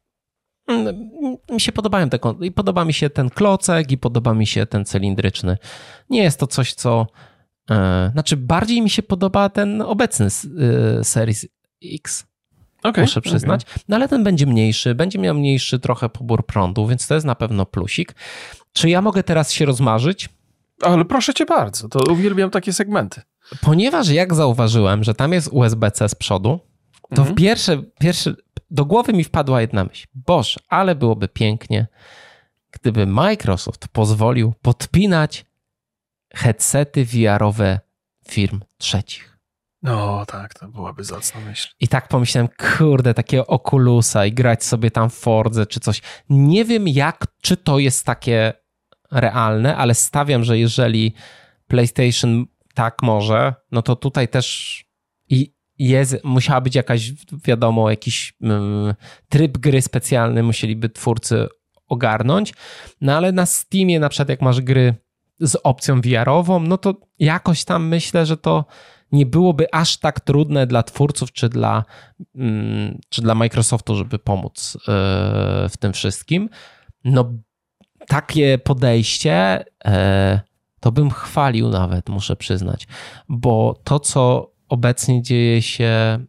Mi się podobają i podoba mi się ten klocek i podoba mi się ten cylindryczny. Nie jest to coś, co... Znaczy bardziej mi się podoba ten obecny Series X. Muszę przyznać. No ale ten będzie mniejszy, będzie miał mniejszy trochę pobór prądu, więc to jest na pewno plusik. Czy ja mogę teraz się rozmarzyć? Ale proszę cię bardzo, to uwielbiam takie segmenty. Ponieważ jak zauważyłem, że tam jest USB-C z przodu, to w pierwsze do głowy mi wpadła jedna myśl. Boże, ale byłoby pięknie, gdyby Microsoft pozwolił podpinać headsety VR-owe firm trzecich. No tak, to byłaby zacna myśl. I tak pomyślałem, kurde, takiego Oculusa i grać sobie tam w Fordze czy coś. Nie wiem czy to jest takie realne, ale stawiam, że jeżeli PlayStation tak może, no to tutaj też musiała być jakaś, wiadomo, jakiś tryb gry specjalny musieliby twórcy ogarnąć, no ale na Steamie na przykład jak masz gry z opcją VR-ową, no to jakoś tam myślę, że to nie byłoby aż tak trudne dla twórców czy dla Microsoftu, żeby pomóc w tym wszystkim. No takie podejście to bym chwalił nawet, muszę przyznać, bo to, co obecnie dzieje się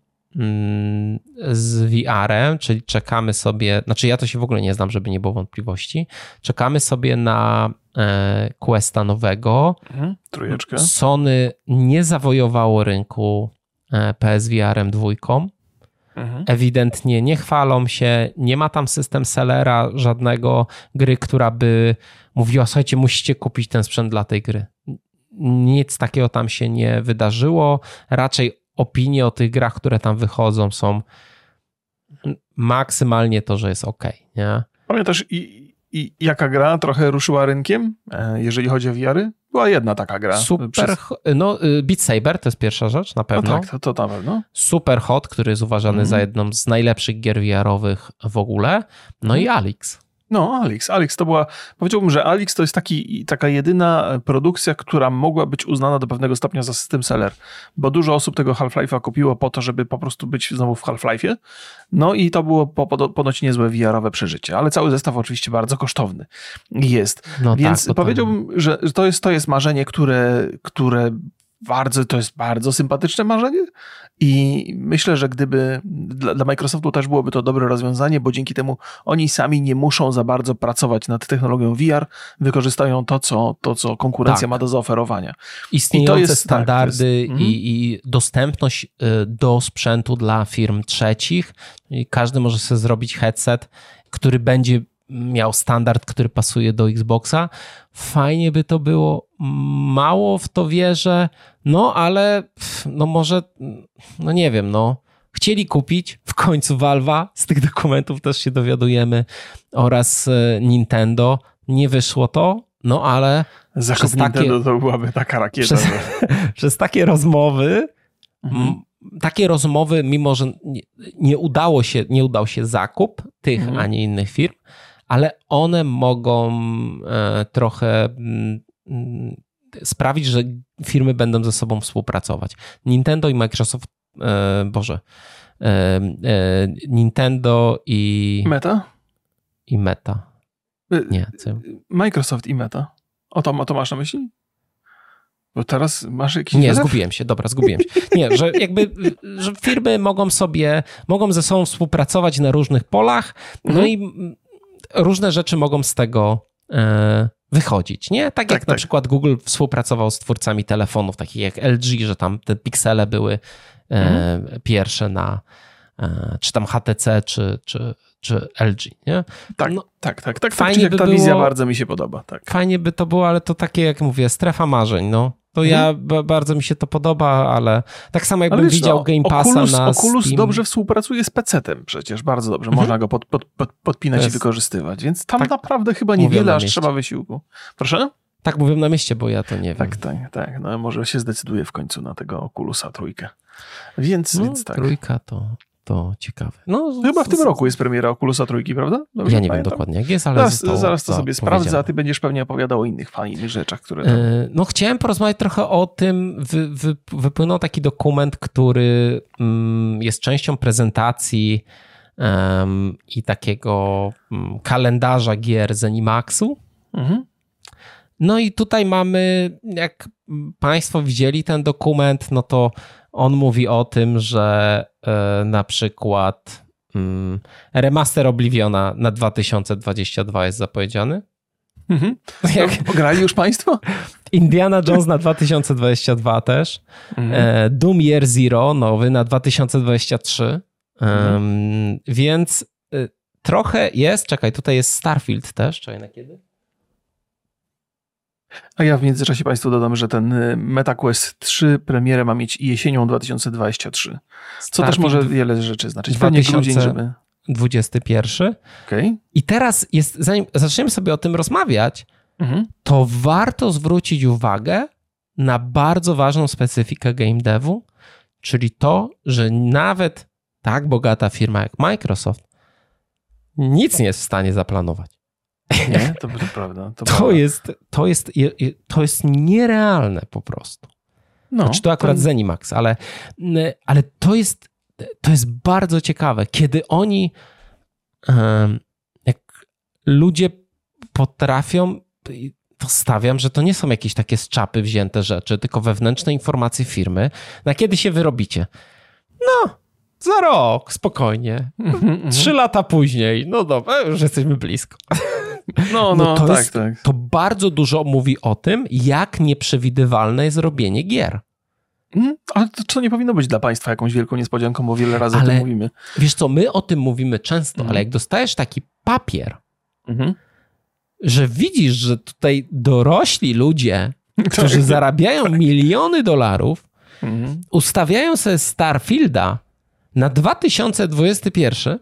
z VR-em, czyli czekamy sobie, znaczy ja to się w ogóle nie znam, żeby nie było wątpliwości, czekamy sobie na Questa nowego. Trójeczkę. Sony nie zawojowało rynku PSVR-em 2. Ewidentnie nie chwalą się, nie ma tam system sellera żadnego gry, która by mówiła, słuchajcie, musicie kupić ten sprzęt dla tej gry. Nic takiego tam się nie wydarzyło. Raczej opinie o tych grach, które tam wychodzą, są maksymalnie to, że jest okej, nie? Pamiętasz i jaka gra trochę ruszyła rynkiem, jeżeli chodzi o VR-y? Była jedna taka gra. Beat Saber to jest pierwsza rzecz, na pewno. No tak, to na pewno. Super Hot, który jest uważany za jedną z najlepszych gier VR-owych w ogóle. No i Alyx. No, Alyx to była, powiedziałbym, że Alyx to jest taka jedyna produkcja, która mogła być uznana do pewnego stopnia za system seller, bo dużo osób tego Half-Life'a kupiło po to, żeby po prostu być znowu w Half-Life'ie, no i to było ponoć niezłe VR-owe przeżycie, ale cały zestaw oczywiście bardzo kosztowny jest, no więc tak, powiedziałbym, że to jest marzenie, które to jest bardzo sympatyczne marzenie i myślę, że gdyby dla Microsoftu też byłoby to dobre rozwiązanie, bo dzięki temu oni sami nie muszą za bardzo pracować nad technologią VR, wykorzystają to, co konkurencja ma do zaoferowania. Istniejące standardy i dostępność do sprzętu dla firm trzecich. I każdy może sobie zrobić headset, który będzie miał standard, który pasuje do Xboxa. Fajnie by to było. Mało w to wierzę, no ale no może, no nie wiem, no chcieli kupić w końcu Valve'a, z tych dokumentów też się dowiadujemy, oraz Nintendo. Nie wyszło to, no ale zakup Nintendo to byłaby taka rakieta. Przez takie rozmowy mimo że nie udał się zakup tych, a nie innych firm, ale one mogą trochę sprawić, że firmy będą ze sobą współpracować. Nintendo i Microsoft, Nintendo i... Meta? I Meta. Nie. Microsoft i Meta. O to masz na myśli? Bo teraz masz jakiś... Nie, zgubiłem się. Nie, że jakby że firmy mogą ze sobą współpracować na różnych polach, no i różne rzeczy mogą z tego wychodzić, nie? Tak jak na przykład Google współpracował z twórcami telefonów, takich jak LG, że tam te piksele były pierwsze na czy tam HTC, czy LG, nie? Tak, no, tak. Fajnie ta wizja bardzo mi się podoba. Tak. Fajnie by to było, ale to takie, jak mówię, strefa marzeń, no. To bardzo mi się to podoba, ale tak samo jakbym widział Game Passa na Oculus Steam. dobrze współpracuje z PC-tem przecież, bardzo dobrze. Można go podpinać i wykorzystywać, więc tam naprawdę chyba niewiele aż trzeba wysiłku. Proszę? Tak mówię na mieście, bo ja to nie wiem. Tak. No może się zdecyduje w końcu na tego Oculusa 3. Więc tak. 3 to ciekawe. No, chyba w tym roku jest premiera Oculusa 3, prawda? Dobrze, ja nie wiem dokładnie jak jest, ale zaraz to sobie sprawdzę, a ty będziesz pewnie opowiadał o innych fajnych rzeczach, które... No chciałem porozmawiać trochę o tym. Wypłynął taki dokument, który jest częścią prezentacji i takiego kalendarza gier Zenimaxu. No i tutaj mamy, jak państwo widzieli ten dokument, no to on mówi o tym, że na przykład remaster Obliviona na 2022 jest zapowiedziany. Grali już państwo? Indiana Jones na 2022 też. Doom Year Zero nowy na 2023. Więc trochę jest, tutaj jest Starfield też. Czekaj, na kiedy? A ja w międzyczasie państwu dodam, że ten MetaQuest 3 premierę ma mieć jesienią 2023. Co też może wiele rzeczy znaczyć. Pewnie grudzień, żeby... 21. Okay. I teraz zanim zaczniemy sobie o tym rozmawiać, to warto zwrócić uwagę na bardzo ważną specyfikę game devu, czyli to, że nawet tak bogata firma jak Microsoft nic nie jest w stanie zaplanować. Nie, to prawda. To jest nierealne po prostu. No, znaczy to akurat Zenimax, ale to jest bardzo ciekawe, kiedy oni, jak ludzie potrafią, to stawiam, że to nie są jakieś takie z czapy wzięte rzeczy, tylko wewnętrzne informacje firmy, na kiedy się wyrobicie. No, za rok, spokojnie. 3 lata później, no dobra, już jesteśmy blisko. To bardzo dużo mówi o tym, jak nieprzewidywalne jest robienie gier. Ale to nie powinno być dla państwa jakąś wielką niespodzianką, bo wiele razy o tym mówimy. Wiesz co, my o tym mówimy często, ale jak dostajesz taki papier, że widzisz, że tutaj dorośli ludzie, którzy zarabiają miliony dolarów, ustawiają sobie Starfielda na 2021,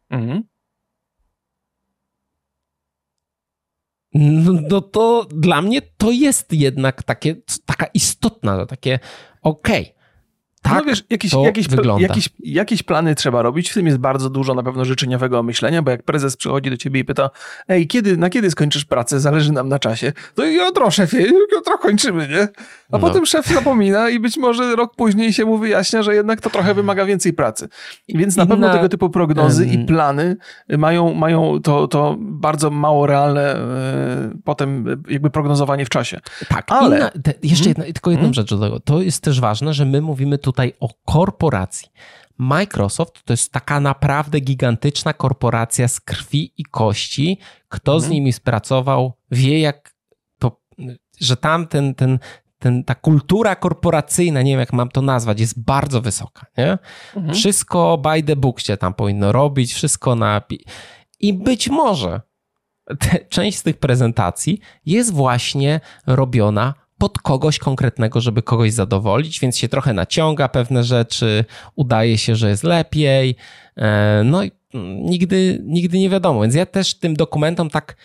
no to dla mnie to jest jednak taka istotna, takie tak wiesz, jakieś plany trzeba robić, w tym jest bardzo dużo na pewno życzeniowego myślenia, bo jak prezes przychodzi do ciebie i pyta, na kiedy skończysz pracę, zależy nam na czasie, to jutro, szefie, jutro kończymy, nie? A potem szef zapomina i być może rok później się mu wyjaśnia, że jednak to trochę wymaga więcej pracy. Więc na pewno tego typu prognozy i plany mają to bardzo mało realne potem jakby prognozowanie w czasie. Tak, ale... jeszcze tylko jedną rzecz do tego. To jest też ważne, że my mówimy tutaj o korporacji. Microsoft to jest taka naprawdę gigantyczna korporacja z krwi i kości. Kto z nimi pracował, wie że tam ta kultura korporacyjna, nie wiem jak mam to nazwać, jest bardzo wysoka. Nie? Wszystko by the book się tam powinno robić, wszystko i być może część z tych prezentacji jest właśnie robiona pod kogoś konkretnego, żeby kogoś zadowolić, więc się trochę naciąga pewne rzeczy, udaje się, że jest lepiej, no i nigdy nie wiadomo. Więc ja też tym dokumentom tak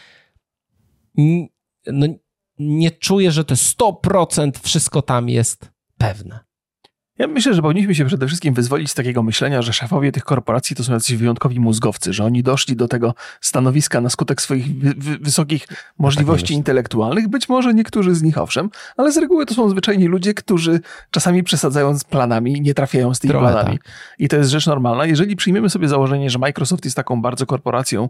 nie czuję, że to 100% wszystko tam jest pewne. Ja myślę, że powinniśmy się przede wszystkim wyzwolić z takiego myślenia, że szefowie tych korporacji to są jacyś wyjątkowi mózgowcy, że oni doszli do tego stanowiska na skutek swoich wysokich możliwości intelektualnych. Być może niektórzy z nich owszem, ale z reguły to są zwyczajni ludzie, którzy czasami przesadzają z planami, nie trafiają z tymi planami. Tak. I to jest rzecz normalna. Jeżeli przyjmiemy sobie założenie, że Microsoft jest taką bardzo korporacją,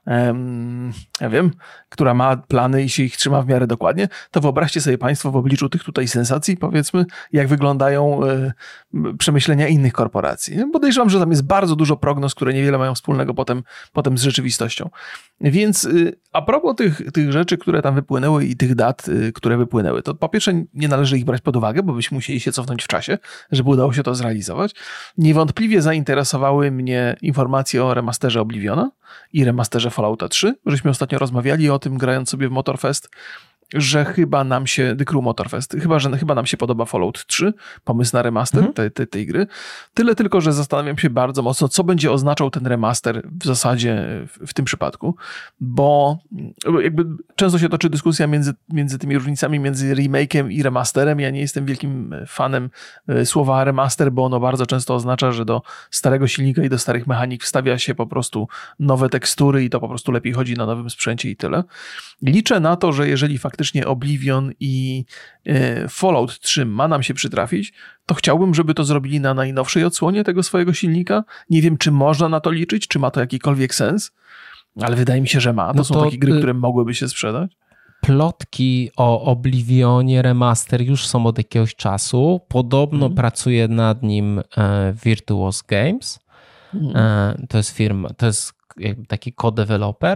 która ma plany i się ich trzyma w miarę dokładnie, to wyobraźcie sobie państwo w obliczu tych tutaj sensacji, powiedzmy, jak wyglądają przemyślenia innych korporacji. Podejrzewam, że tam jest bardzo dużo prognoz, które niewiele mają wspólnego potem z rzeczywistością. Więc a propos tych rzeczy, które tam wypłynęły i tych dat, które wypłynęły, to po pierwsze nie należy ich brać pod uwagę, bo byśmy musieli się cofnąć w czasie, żeby udało się to zrealizować. Niewątpliwie zainteresowały mnie informacje o remasterze Obliviona i remasterze Fallouta 3. Żeśmy ostatnio rozmawiali o tym, grając sobie w Motorfest, że chyba nam się, The Crew Motorfest, chyba nam się podoba Fallout 3, pomysł na remaster tej gry. Tyle tylko, że zastanawiam się bardzo mocno, co będzie oznaczał ten remaster w zasadzie w tym przypadku, bo jakby często się toczy dyskusja między tymi różnicami między remake'em i remasterem. Ja nie jestem wielkim fanem słowa remaster, bo ono bardzo często oznacza, że do starego silnika i do starych mechanik wstawia się po prostu nowe tekstury i to po prostu lepiej chodzi na nowym sprzęcie i tyle. Liczę na to, że jeżeli faktycznie Oblivion i Fallout 3 ma nam się przytrafić, to chciałbym, żeby to zrobili na najnowszej odsłonie tego swojego silnika. Nie wiem, czy można na to liczyć, czy ma to jakikolwiek sens, ale wydaje mi się, że ma. To są takie gry, które mogłyby się sprzedać. Plotki o Oblivionie remaster już są od jakiegoś czasu. Podobno pracuje nad nim Virtuos Games. To jest firma, to jest jakby taki co-developer.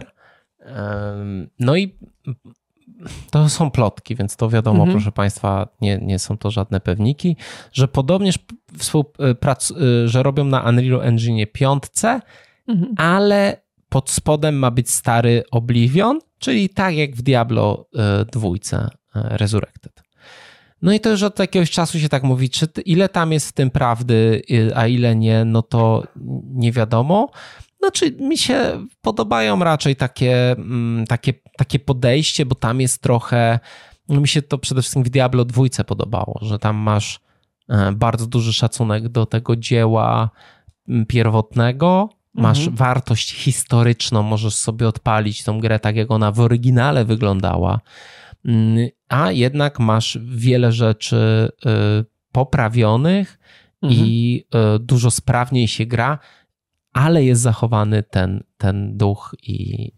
No i to są plotki, więc to wiadomo, proszę Państwa, nie są to żadne pewniki, że podobnież że robią na Unreal Engine 5, ale pod spodem ma być stary Oblivion, czyli tak jak w Diablo 2 Resurrected. No i to już od jakiegoś czasu się tak mówi, ile tam jest w tym prawdy, a ile nie, no to nie wiadomo. Znaczy mi się podobają raczej takie podejście, bo tam jest trochę, mi się to przede wszystkim w Diablo 2 podobało, że tam masz bardzo duży szacunek do tego dzieła pierwotnego, masz wartość historyczną, możesz sobie odpalić tą grę tak, jak ona w oryginale wyglądała, a jednak masz wiele rzeczy poprawionych i dużo sprawniej się gra, ale jest zachowany ten duch i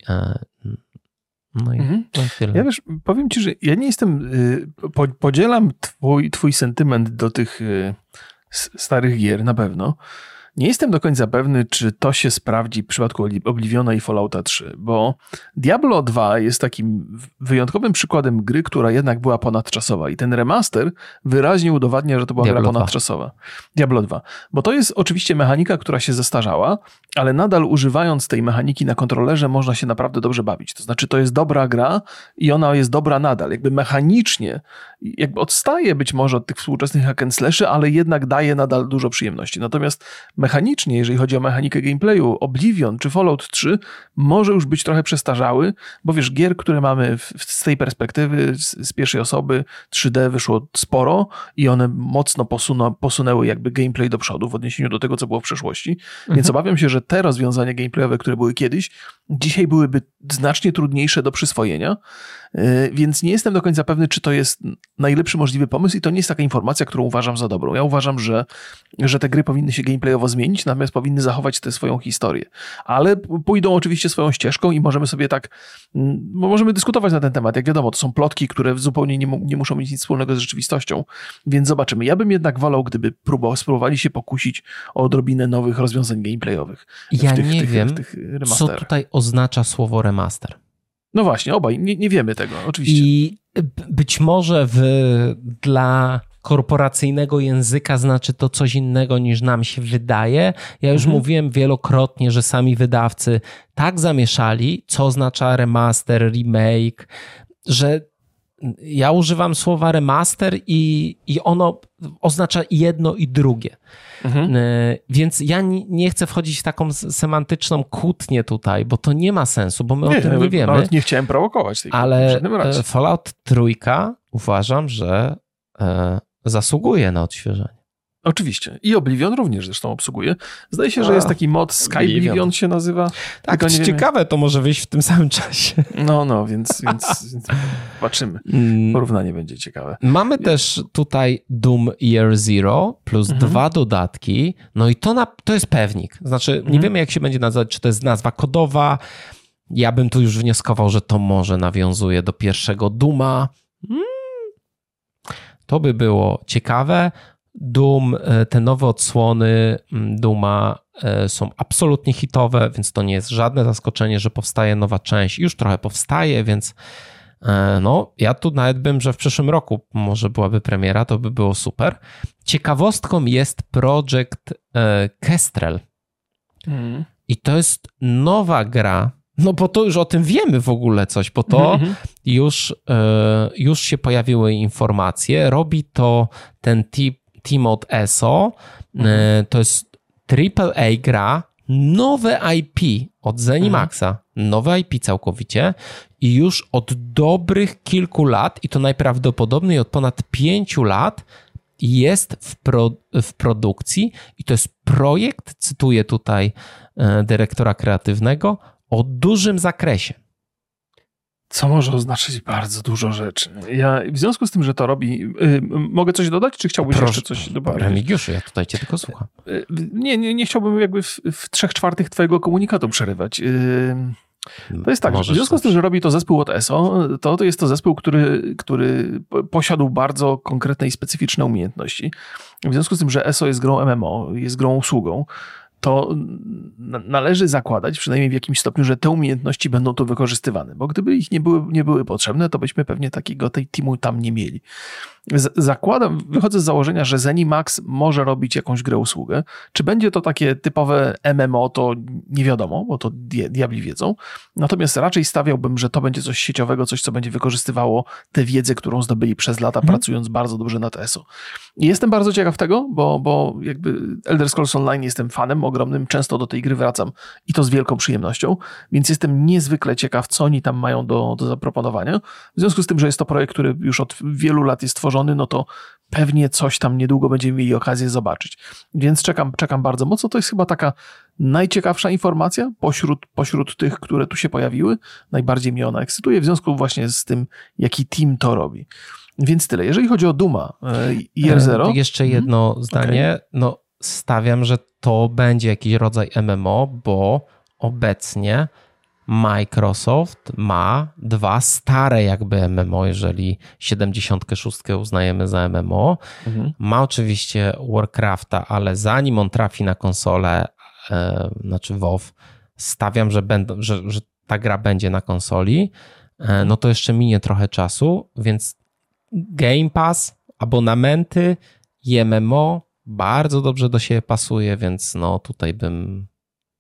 no i tyle. Ja wiesz, powiem ci, że ja nie jestem, podzielam twój sentyment do tych starych gier na pewno. Nie jestem do końca pewny, czy to się sprawdzi w przypadku Obliviona i Fallouta 3, bo Diablo 2 jest takim wyjątkowym przykładem gry, która jednak była ponadczasowa i ten remaster wyraźnie udowadnia, że to była gra ponadczasowa. Diablo 2. Bo to jest oczywiście mechanika, która się zestarzała, ale nadal używając tej mechaniki na kontrolerze można się naprawdę dobrze bawić. To znaczy to jest dobra gra i ona jest dobra nadal. Jakby mechanicznie jakby odstaje być może od tych współczesnych hack and slashy, ale jednak daje nadal dużo przyjemności. Natomiast mechanicznie, jeżeli chodzi o mechanikę gameplayu, Oblivion czy Fallout 3 może już być trochę przestarzały, bo wiesz, gier, które mamy z tej perspektywy, z pierwszej osoby 3D wyszło sporo i one mocno posunęły jakby gameplay do przodu w odniesieniu do tego, co było w przeszłości. Więc obawiam się, że te rozwiązania gameplayowe, które były kiedyś, dzisiaj byłyby znacznie trudniejsze do przyswojenia, więc nie jestem do końca pewny, czy to jest najlepszy możliwy pomysł i to nie jest taka informacja, którą uważam za dobrą. Ja uważam, że te gry powinny się gameplayowo zmienić, natomiast powinny zachować tę swoją historię. Ale pójdą oczywiście swoją ścieżką i możemy sobie możemy dyskutować na ten temat. Jak wiadomo, to są plotki, które zupełnie nie muszą mieć nic wspólnego z rzeczywistością, więc zobaczymy. Ja bym jednak wolał, gdyby spróbowali się pokusić o odrobinę nowych rozwiązań gameplayowych. Ja nie wiem, co tutaj oznacza słowo remaster. No właśnie, obaj nie wiemy tego, oczywiście. I być może dla korporacyjnego języka znaczy to coś innego niż nam się wydaje. Ja już mówiłem wielokrotnie, że sami wydawcy tak zamieszali, co oznacza remaster, remake, że ja używam słowa remaster i ono oznacza jedno i drugie. Więc ja nie chcę wchodzić w taką semantyczną kłótnię tutaj, bo to nie ma sensu, bo my o tym nie wiemy. Nawet nie chciałem prowokować tej ale Fallout 3 uważam, że zasługuje na odświeżenie. Oczywiście. I Oblivion również zresztą obsługuje. Zdaje się, że jest taki mod Skyblivion się nazywa. Tak, to ciekawe, to może wyjść w tym samym czasie. No, więc zobaczymy. Porównanie będzie ciekawe. Mamy też tutaj Doom Year Zero plus 2 dodatki. No i to jest pewnik. Znaczy, nie wiemy, jak się będzie nazywać, czy to jest nazwa kodowa. Ja bym tu już wnioskował, że to może nawiązuje do pierwszego Dooma. To by było ciekawe. Doom, te nowe odsłony Dooma są absolutnie hitowe, więc to nie jest żadne zaskoczenie, że powstaje nowa część. Już trochę powstaje, więc ja tu nawet bym, że w przyszłym roku może byłaby premiera, to by było super. Ciekawostką jest Project Kestrel. I to jest nowa gra, no bo to już o tym wiemy w ogóle coś, bo to już się pojawiły informacje. Robi to ten team od ESO. To jest AAA gra, nowe IP od Zenimaxa, nowe IP całkowicie i już od dobrych kilku lat, i to najprawdopodobniej od ponad 5 lat jest w produkcji i to jest projekt, cytuję tutaj dyrektora kreatywnego, o dużym zakresie. Co może oznaczać bardzo dużo rzeczy. Ja w związku z tym, że to robi... mogę coś dodać, czy chciałbyś jeszcze coś dopowiedzieć? Remigiuszu, ja tutaj cię tylko słucham. Nie chciałbym jakby w 3/4 twojego komunikatu przerywać. To jest tak, że w związku z tym, że robi to zespół od ESO, to jest to zespół, który posiadł bardzo konkretne i specyficzne umiejętności. W związku z tym, że ESO jest grą MMO, jest grą usługą, to należy zakładać, przynajmniej w jakimś stopniu, że te umiejętności będą tu wykorzystywane, bo gdyby ich nie były potrzebne, to byśmy pewnie tej teamu tam nie mieli. Wychodzę z założenia, że Zenimax może robić jakąś grę usługę. Czy będzie to takie typowe MMO, to nie wiadomo, bo to diabli wiedzą. Natomiast raczej stawiałbym, że to będzie coś sieciowego, coś, co będzie wykorzystywało tę wiedzę, którą zdobyli przez lata, pracując bardzo dobrze nad ESO. I jestem bardzo ciekaw tego, bo jakby Elder Scrolls Online jestem fanem ogromnym, często do tej gry wracam i to z wielką przyjemnością, więc jestem niezwykle ciekaw, co oni tam mają do zaproponowania. W związku z tym, że jest to projekt, który już od wielu lat jest tworzony, no to pewnie coś tam niedługo będziemy mieli okazję zobaczyć. Więc czekam bardzo mocno. To jest chyba taka najciekawsza informacja pośród tych, które tu się pojawiły. Najbardziej mnie ona ekscytuje w związku właśnie z tym, jaki team to robi. Więc tyle. Jeżeli chodzi o Dooma Year Zero... Jeszcze jedno zdanie. Okay. No, stawiam, że to będzie jakiś rodzaj MMO, bo obecnie Microsoft ma 2 stare jakby MMO, jeżeli 76 uznajemy za MMO. Ma oczywiście Warcrafta, ale zanim on trafi na konsolę, znaczy WoW, stawiam, że ta gra będzie na konsoli, no to jeszcze minie trochę czasu, więc Game Pass, abonamenty i MMO bardzo dobrze do siebie pasuje, więc no tutaj bym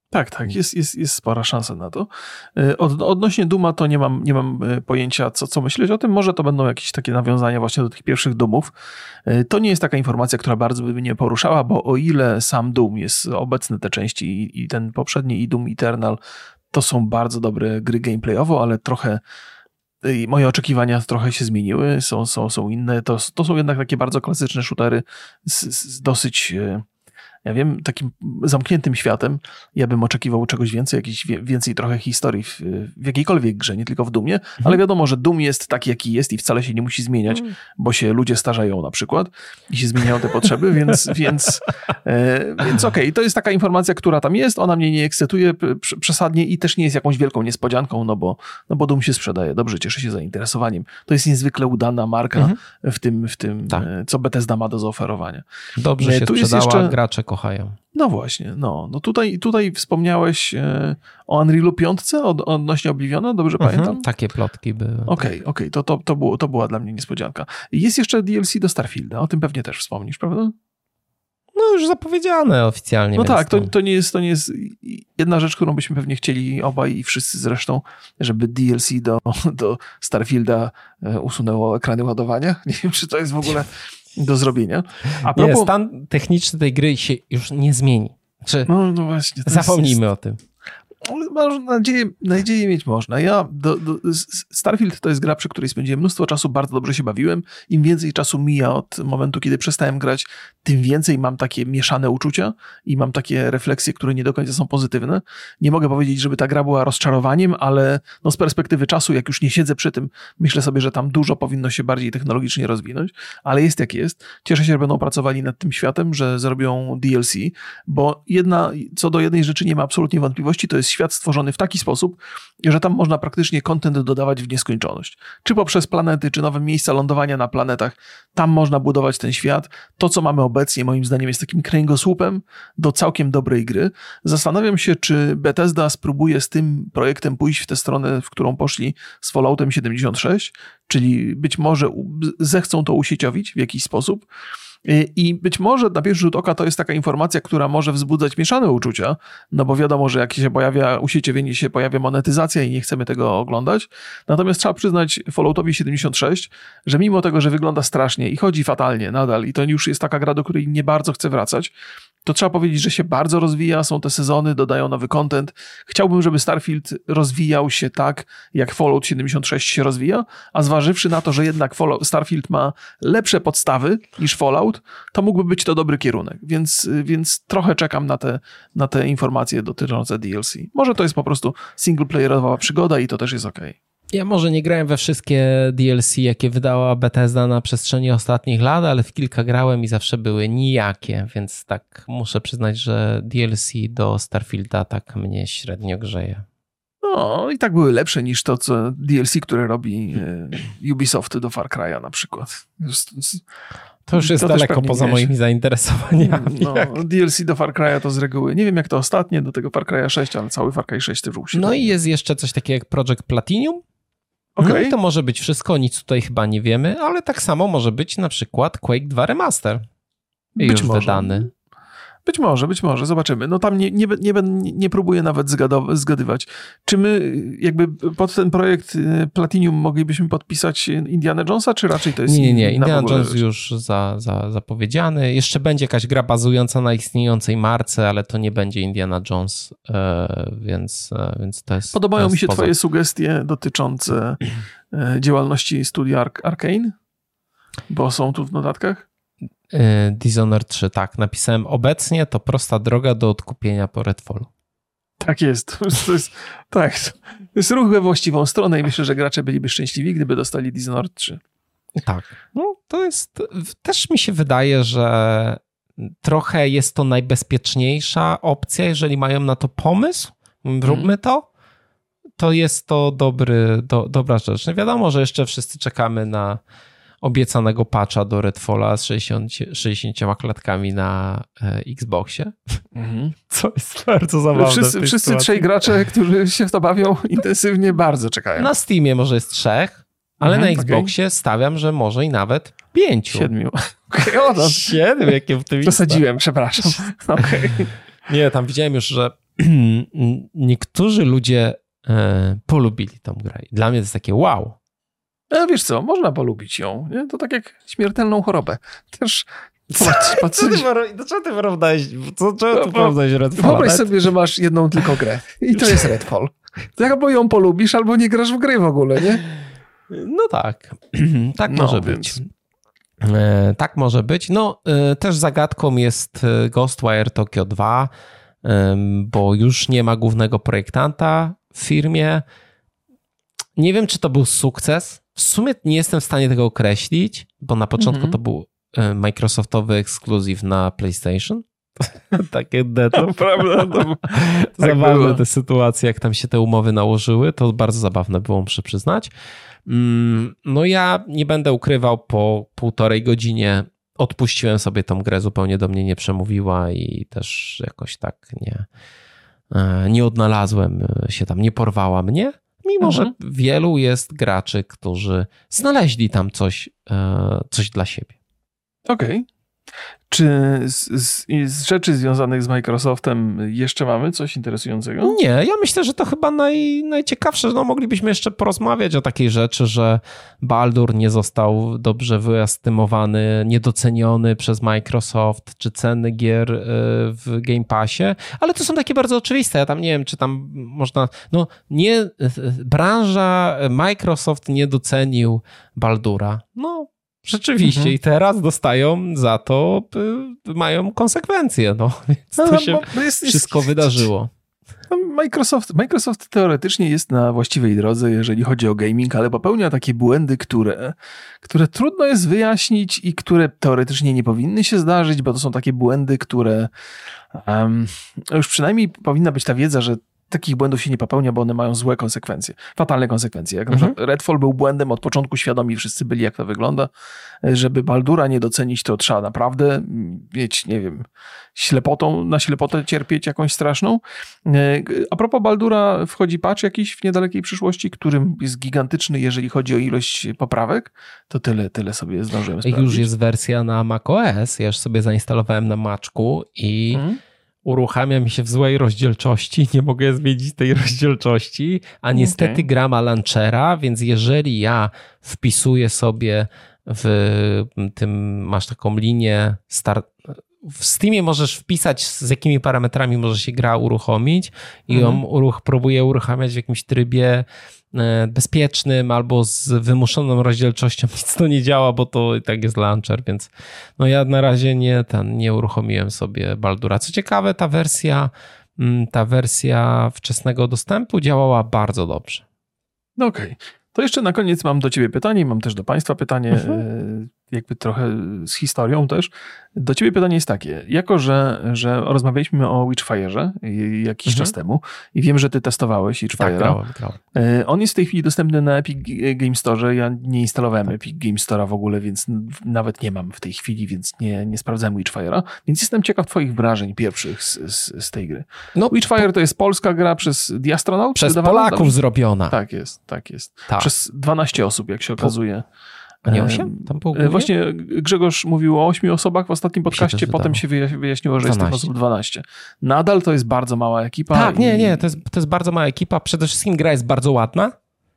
Tak, jest spora szansa na to. Odnośnie Dooma to nie mam pojęcia, co myśleć o tym. Może to będą jakieś takie nawiązania właśnie do tych pierwszych Doomów. To nie jest taka informacja, która bardzo by mnie poruszała, bo o ile sam Doom jest obecny, te części i ten poprzedni i Doom Eternal, to są bardzo dobre gry gameplayowo, ale trochę moje oczekiwania trochę się zmieniły, są inne. To są jednak takie bardzo klasyczne shootery z dosyć... Ja wiem, takim zamkniętym światem. Ja bym oczekiwał czegoś więcej, jakiejś więcej trochę historii w jakiejkolwiek grze, nie tylko w Doomie, ale wiadomo, że Doom jest taki, jaki jest i wcale się nie musi zmieniać, bo się ludzie starzeją na przykład i się zmieniają te potrzeby, więc okej, to jest taka informacja, która tam jest, ona mnie nie ekscytuje przesadnie i też nie jest jakąś wielką niespodzianką, no bo Doom się sprzedaje, dobrze, cieszy się zainteresowaniem. To jest niezwykle udana marka w tym tak, co Bethesda ma do zaoferowania. Dobrze się sprzedała, gracze kochają. No właśnie, no tutaj wspomniałeś o Unrealu 5 odnośnie Obliviona, dobrze pamiętam? Takie plotki były. Okej, to była dla mnie niespodzianka. Jest jeszcze DLC do Starfielda, o tym pewnie też wspomnisz, prawda? No już zapowiedziane oficjalnie. No tak, to nie jest jedna rzecz, którą byśmy pewnie chcieli obaj i wszyscy zresztą, żeby DLC do Starfielda usunęło ekrany ładowania. Nie wiem, czy to jest w ogóle do zrobienia. A propos... Nie, stan techniczny tej gry się już nie zmieni. No właśnie. Zapomnijmy o tym. Nadzieję mieć można. Starfield to jest gra, przy której spędziłem mnóstwo czasu, bardzo dobrze się bawiłem. Im więcej czasu mija od momentu, kiedy przestałem grać, tym więcej mam takie mieszane uczucia i mam takie refleksje, które nie do końca są pozytywne. Nie mogę powiedzieć, żeby ta gra była rozczarowaniem, ale z perspektywy czasu, jak już nie siedzę przy tym, myślę sobie, że tam dużo powinno się bardziej technologicznie rozwinąć, ale jest jak jest. Cieszę się, że będą pracowali nad tym światem, że zrobią DLC, bo co do jednej rzeczy nie ma absolutnie wątpliwości, to jest świat stworzony w taki sposób, że tam można praktycznie content dodawać w nieskończoność. Czy poprzez planety, czy nowe miejsca lądowania na planetach, tam można budować ten świat. To, co mamy obecnie, moim zdaniem jest takim kręgosłupem do całkiem dobrej gry. Zastanawiam się, czy Bethesda spróbuje z tym projektem pójść w tę stronę, w którą poszli z Falloutem 76, czyli być może zechcą to usieciowić w jakiś sposób. I być może na pierwszy rzut oka to jest taka informacja, która może wzbudzać mieszane uczucia, no bo wiadomo, że jak się pojawia usieciowienie, się pojawia monetyzacja i nie chcemy tego oglądać. Natomiast trzeba przyznać Falloutowi 76, że mimo tego, że wygląda strasznie i chodzi fatalnie nadal i to już jest taka gra, do której nie bardzo chcę wracać, to trzeba powiedzieć, że się bardzo rozwija, są te sezony, dodają nowy content. Chciałbym, żeby Starfield rozwijał się tak, jak Fallout 76 się rozwija, a zważywszy na to, że jednak Starfield ma lepsze podstawy niż Fallout, to mógłby być to dobry kierunek, więc trochę czekam na te informacje dotyczące DLC. Może to jest po prostu singleplayerowa przygoda i to też jest okej. Ja może nie grałem we wszystkie DLC, jakie wydała Bethesda na przestrzeni ostatnich lat, ale w kilka grałem i zawsze były nijakie, więc tak muszę przyznać, że DLC do Starfielda tak mnie średnio grzeje. No i tak były lepsze niż to, co DLC, które robi Ubisoft do Far Cry'a na przykład. To już jest daleko poza moimi zainteresowaniami. No, DLC do Far Cry'a to z reguły, nie wiem jak to ostatnie, do tego Far Cry'a 6, ale cały Far Cry 6 też się. No i jest jeszcze coś takiego jak Project Platinum. Okay. No i to może być wszystko, nic tutaj chyba nie wiemy, ale tak samo może być na przykład Quake 2 Remaster. Już wydany. Być może, zobaczymy. No tam nie próbuję nawet zgadywać. Czy my jakby pod ten projekt Platinum moglibyśmy podpisać Indiana Jonesa, czy raczej to jest... Nie. Indiana Jones już zapowiedziany. Jeszcze będzie jakaś gra bazująca na istniejącej marce, ale to nie będzie Indiana Jones, więc to jest... Podobają mi się twoje sugestie dotyczące działalności studia Arkane, bo są tu w notatkach. Dishonored 3, tak. Napisałem obecnie to prosta droga do odkupienia po Redfallu. Tak jest. To jest ruch we właściwą stronę i myślę, że gracze byliby szczęśliwi, gdyby dostali Dishonored 3. Tak. No, to jest... Też mi się wydaje, że trochę jest to najbezpieczniejsza opcja, jeżeli mają na to pomysł. Róbmy to. To jest to dobra rzecz. No wiadomo, że jeszcze wszyscy czekamy na obiecanego patcha do Redfalla z 60 klatkami na Xboxie. Co jest bardzo zabawne. Wszyscy trzej gracze, którzy się w to bawią intensywnie, bardzo czekają. Na Steamie może jest 3, ale na Xboxie stawiam, że może i nawet 5. 7. 7, jakie optymista. Przesadziłem, przepraszam. Okay. Nie, tam widziałem już, że niektórzy ludzie polubili tą grę. I dla mnie to jest takie wow. Wiesz co, można polubić ją. Nie? To tak jak śmiertelną chorobę. Też Do czego ty porównałeś Redfall? Wyobraź sobie, że masz jedną tylko grę. I to jest Redfall. To albo ją polubisz, albo nie grasz w gry w ogóle, nie? No tak. Tak może być. Tak może być. No, też zagadką jest Ghostwire Tokyo 2, bo już nie ma głównego projektanta w firmie. Nie wiem, czy to był sukces. W sumie nie jestem w stanie tego określić, bo na początku to był Microsoftowy ekskluzyw na PlayStation. Takie detto. Prawda? Zabawne te sytuacje, jak tam się te umowy nałożyły. To bardzo zabawne było, muszę przyznać. No ja nie będę ukrywał, po 1,5 godzinie odpuściłem sobie tą grę, zupełnie do mnie nie przemówiła i też jakoś tak nie odnalazłem się tam, nie porwała mnie. Mimo, że wielu jest graczy, którzy znaleźli tam coś dla siebie. Okej. Czy z rzeczy związanych z Microsoftem jeszcze mamy coś interesującego? Nie, ja myślę, że to chyba najciekawsze. No, moglibyśmy jeszcze porozmawiać o takiej rzeczy, że Baldur nie został dobrze wyestymowany, niedoceniony przez Microsoft, czy ceny gier w Game Passie, ale to są takie bardzo oczywiste. Ja tam nie wiem, czy tam można... No nie, branża Microsoft nie docenił Baldura. No, rzeczywiście i teraz dostają za to, mają konsekwencje, no więc to się wszystko wydarzyło. Microsoft teoretycznie jest na właściwej drodze, jeżeli chodzi o gaming, ale popełnia takie błędy, które trudno jest wyjaśnić i które teoretycznie nie powinny się zdarzyć, bo to są takie błędy, które już przynajmniej powinna być ta wiedza, że takich błędów się nie popełnia, bo one mają złe konsekwencje, fatalne konsekwencje. Jak na przykład Redfall był błędem, od początku świadomi wszyscy byli, jak to wygląda. Żeby Baldura nie docenić, to trzeba naprawdę mieć, nie wiem, na ślepotę cierpieć jakąś straszną. A propos Baldura, wchodzi patch jakiś w niedalekiej przyszłości, którym jest gigantyczny, jeżeli chodzi o ilość poprawek, to tyle sobie zdążyłem sprawdzić. Już jest wersja na macOS, ja już sobie zainstalowałem na Maczku i uruchamia mi się w złej rozdzielczości, nie mogę zmienić tej rozdzielczości, a niestety gra ma launchera, więc jeżeli ja wpisuję sobie w tym, masz taką linię w Steamie możesz wpisać, z jakimi parametrami może się gra uruchomić i ją próbuję uruchamiać w jakimś trybie bezpiecznym albo z wymuszoną rozdzielczością. Nic to nie działa, bo to i tak jest launcher, więc no ja na razie nie uruchomiłem sobie Baldura. Co ciekawe, ta wersja wczesnego dostępu działała bardzo dobrze. No okej. To jeszcze na koniec mam do ciebie pytanie, mam też do państwa pytanie, jakby trochę z historią też. Do ciebie pytanie jest takie, jako że rozmawialiśmy o Witchfire'ze jakiś czas temu i wiem, że ty testowałeś Witchfire'a. Tak, grałem. On jest w tej chwili dostępny na Epic Game Store. Ja nie instalowałem Epic Game Store'a w ogóle, więc nawet nie mam w tej chwili, więc nie sprawdzałem Witchfire'a. Więc jestem ciekaw twoich wrażeń pierwszych z tej gry. No, Witchfire to jest polska gra przez The Astronaut? Przez Polaków zrobiona. Tak jest. Tak. Przez 12 osób, jak się okazuje. A nie 8? Tam było właśnie Grzegorz mówił o 8 osobach w ostatnim podcaście, potem się wyjaśniło, że 12. Jest tych osób 12. Nadal to jest bardzo mała ekipa. Tak, nie, to jest bardzo mała ekipa. Przede wszystkim gra jest bardzo ładna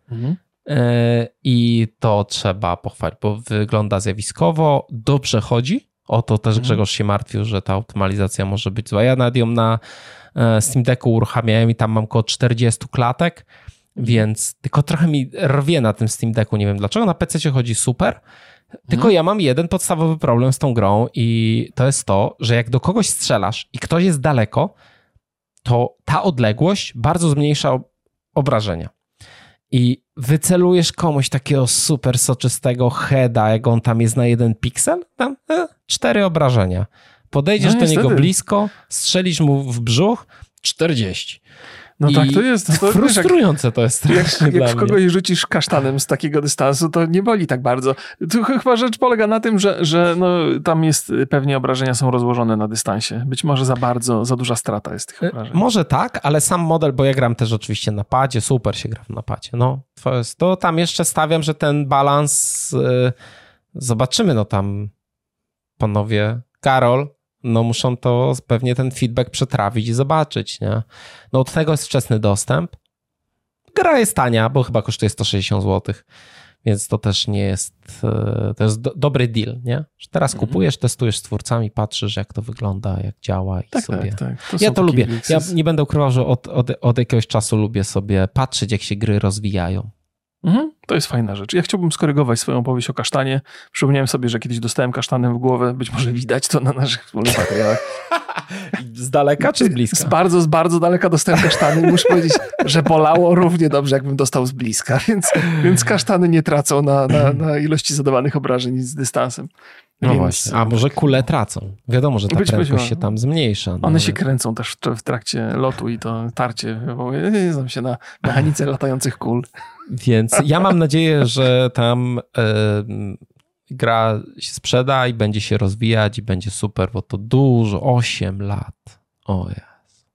i to trzeba pochwalić, bo wygląda zjawiskowo, dobrze chodzi. O to też Grzegorz się martwił, że ta optymalizacja może być zła. Ja nad ją na Steam Decku uruchamiałem i tam mam około 40 klatek. Więc tylko trochę mi rwie na tym Steam Decku, nie wiem dlaczego, na PC chodzi super, tylko ja mam jeden podstawowy problem z tą grą i to jest to, że jak do kogoś strzelasz i ktoś jest daleko, to ta odległość bardzo zmniejsza obrażenia. I wycelujesz komuś takiego super soczystego heada, jak on tam jest na 1 piksel, tam 4 obrażenia. Podejdziesz do niego blisko, strzelisz mu w brzuch, 40. No tak to jest. To frustrujące to jest strasznie jak w kogoś rzucisz kasztanem z takiego dystansu, to nie boli tak bardzo. Tu chyba rzecz polega na tym, że no, tam jest pewnie obrażenia są rozłożone na dystansie. Być może za duża strata jest tych obrażeń. Może tak, ale sam model, bo ja gram też oczywiście na padzie, super się gra na padzie. No, to tam jeszcze stawiam, że ten balans zobaczymy, no tam panowie, Karol, no muszą to pewnie ten feedback przetrawić i zobaczyć, nie? No od tego jest wczesny dostęp. Gra jest tania, bo chyba kosztuje 160 zł, więc to też nie jest, to jest dobry deal, nie? Że teraz kupujesz, testujesz z twórcami, patrzysz jak to wygląda, jak działa i tak, sobie... Tak. Ja to lubię. Ja nie będę ukrywał, że od jakiegoś czasu lubię sobie patrzeć, jak się gry rozwijają. To jest fajna rzecz. Ja chciałbym skorygować swoją opowieść o kasztanie. Przypomniałem sobie, że kiedyś dostałem kasztanem w głowę. Być może widać to na naszych wspólnych materiałach. Z daleka czy z bliska? Z bardzo daleka dostałem kasztany i muszę powiedzieć, że bolało równie dobrze, jakbym dostał z bliska. Więc kasztany nie tracą na ilości zadawanych obrażeń z dystansem. No więc... właśnie. A może kule tracą? Wiadomo, że ta prędkość się tam zmniejsza. One się kręcą też w trakcie lotu i to tarcie wywołuje. Znam się na mechanice latających kul. Więc ja mam nadzieję, że tam gra się sprzeda i będzie się rozwijać i będzie super, bo to dużo, 8 lat. O jest.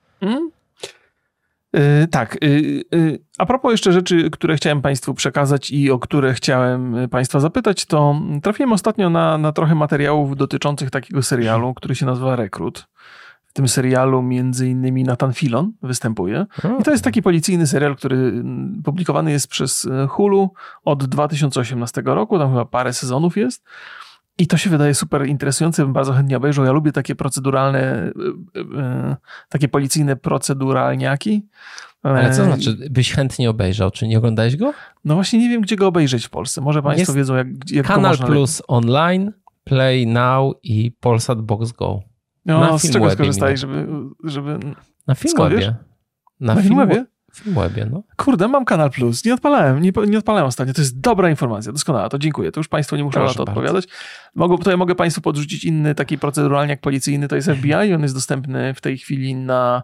Tak. A propos jeszcze rzeczy, które chciałem Państwu przekazać i o które chciałem Państwa zapytać, to trafiłem ostatnio na trochę materiałów dotyczących takiego serialu, który się nazywa Rekrut. W tym serialu między innymi Nathan Filon występuje. I to jest taki policyjny serial, który publikowany jest przez Hulu od 2018 roku. Tam chyba parę sezonów jest. I to się wydaje super interesujące, bym bardzo chętnie obejrzał. Ja lubię takie proceduralne, takie policyjne proceduralniaki. Ale co znaczy, byś chętnie obejrzał? Czy nie oglądałeś go? No właśnie nie wiem, gdzie go obejrzeć w Polsce. Może Państwo wiedzą, jak Kanal go można... Plus Online, Play Now i Polsat Box Go. No, z czego skorzystałeś, żeby... Na Filmwebie. Na Filmwebie? W Filmwebie, no. Kurde, mam Kanal Plus. Nie odpalałem ostatnio. To jest dobra informacja, doskonała. To dziękuję. To już Państwo nie muszą na to odpowiadać. Ja mogę Państwu podrzucić inny taki proceduralniak policyjny. To jest FBI. On jest dostępny w tej chwili na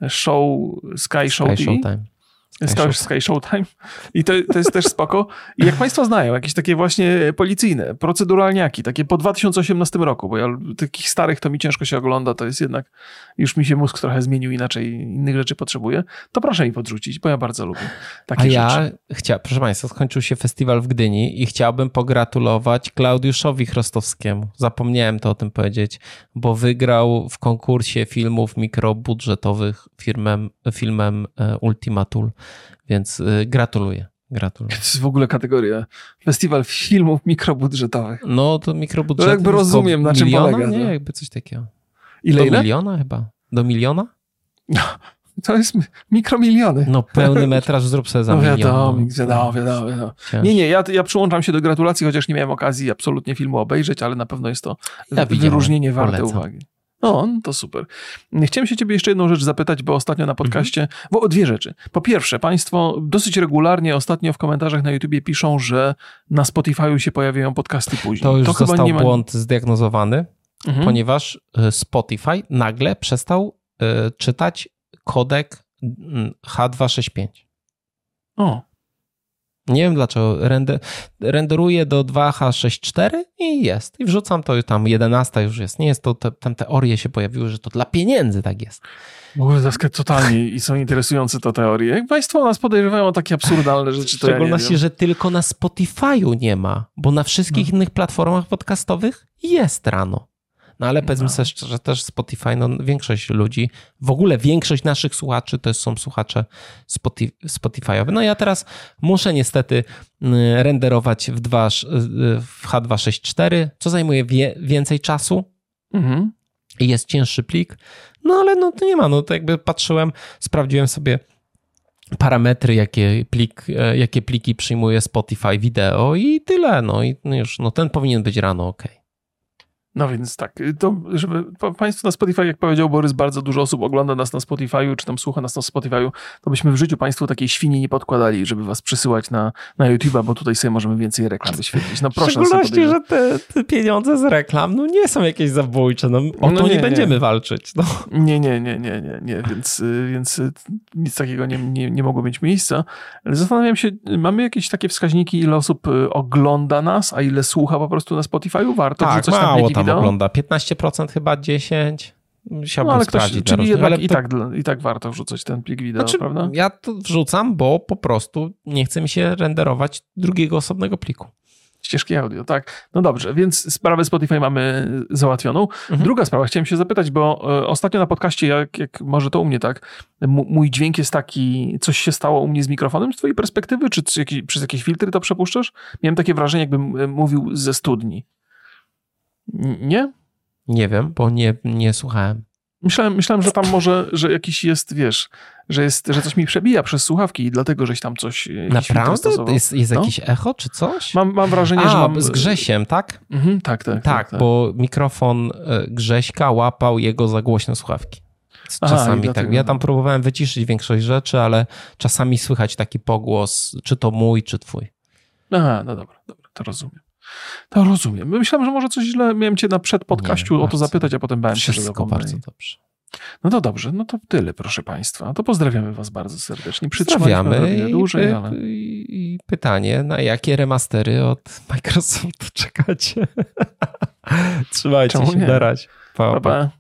Sky Showtime. Sky Showtime. I to jest też spoko. I jak Państwo znają, jakieś takie właśnie policyjne, proceduralniaki, takie po 2018 roku, bo ja takich starych to mi ciężko się ogląda, to jest jednak, już mi się mózg trochę zmienił, inaczej innych rzeczy potrzebuję, to proszę mi podrzucić, bo ja bardzo lubię takie rzeczy. Proszę Państwa, skończył się festiwal w Gdyni i chciałbym pogratulować Klaudiuszowi Chrostowskiemu. Zapomniałem to o tym powiedzieć, bo wygrał w konkursie filmów mikrobudżetowych filmem Ultima Thule. Więc gratuluję. To jest w ogóle kategoria festiwal filmów mikrobudżetowych. No to mikrobudżet. To jakby rozumiem, na czym polega. Nie, jakby coś takiego. Ile? Miliona chyba. Do miliona? No, to jest mikromiliony. No pełny metraż zrób sobie za milion. Wiadomo. Nie, ja przyłączam się do gratulacji, chociaż nie miałem okazji absolutnie filmu obejrzeć, ale na pewno jest to wyróżnienie warte uwagi. No, to super. Chciałem się ciebie jeszcze jedną rzecz zapytać, bo ostatnio na podcaście, bo dwie rzeczy. Po pierwsze, Państwo dosyć regularnie ostatnio w komentarzach na YouTubie piszą, że na Spotify'u się pojawiają podcasty później. To już został błąd zdiagnozowany, ponieważ Spotify nagle przestał czytać kodek H265. O. Nie wiem dlaczego. Renderuję do 2H64 i jest. I wrzucam to tam 11 już jest. Nie jest to, tam teorie się pojawiły, że to dla pieniędzy tak jest. W ogóle totalnie i są interesujące to teorie. Jak Państwo nas podejrzewają o takie absurdalne rzeczy, to w szczególności, że tylko na Spotify'u nie ma, bo na wszystkich innych platformach podcastowych jest rano. No ale powiedzmy sobie, że też Spotify, no większość ludzi, w ogóle większość naszych słuchaczy to są słuchacze Spotify'owe. No ja teraz muszę niestety renderować w H264, co zajmuje więcej czasu i jest cięższy plik. No ale no to nie ma, no to jakby patrzyłem, sprawdziłem sobie parametry, jakie pliki przyjmuje Spotify wideo i tyle, no i już, no ten powinien być rano, okej. No więc tak, to żeby Państwo na Spotify, jak powiedział Borys, bardzo dużo osób ogląda nas na Spotify'u, czy tam słucha nas na Spotify'u, to byśmy w życiu Państwu takiej świni nie podkładali, żeby was przesyłać na YouTube'a, bo tutaj sobie możemy więcej reklam wyświetlić. No proszę. W szczególności, że te pieniądze z reklam, no nie są jakieś zabójcze, no o to nie będziemy walczyć. No. Nie, więc nic takiego nie mogło mieć miejsca. Ale zastanawiam się, mamy jakieś takie wskaźniki, ile osób ogląda nas, a ile słucha po prostu na Spotify'u? Warto wrzucać tam pliki wideo? Ogląda 15%, chyba 10%. Musiałbym sprawdzić. Czyli jednak i tak warto wrzucać ten plik wideo, prawda? Ja to wrzucam, bo po prostu nie chce mi się renderować drugiego osobnego pliku. Ścieżki audio, tak. No dobrze, więc sprawę Spotify mamy załatwioną. Druga sprawa, chciałem się zapytać, bo ostatnio na podcaście, jak może to u mnie tak, mój dźwięk jest taki, coś się stało u mnie z mikrofonem z twojej perspektywy, czy przez jakieś filtry to przepuszczasz? Miałem takie wrażenie, jakbym mówił ze studni. Nie? Nie wiem, bo nie słuchałem. Myślałem, że tam może, że jakiś jest, wiesz, że coś mi przebija przez słuchawki i dlatego, żeś tam coś... Naprawdę? Jest jakieś echo czy coś? Mam wrażenie, że mam... z Grzesiem, tak? Tak, bo mikrofon Grześka łapał jego za głośne słuchawki. Czasami tak. Ja tam próbowałem wyciszyć większość rzeczy, ale czasami słychać taki pogłos, czy to mój, czy twój. Aha, no dobra, to rozumiem. Myślałem, że może coś źle, miałem cię na przedpodcaściu o to zapytać, a potem bałem się, że Wszystko bardzo dobrze. No to dobrze, no to tyle, proszę państwa. To pozdrawiamy was bardzo serdecznie. Pozdrawiamy dłużej, ale... i pytanie, na jakie remastery od Microsoftu czekacie? Trzymajcie się, na razie. Pa.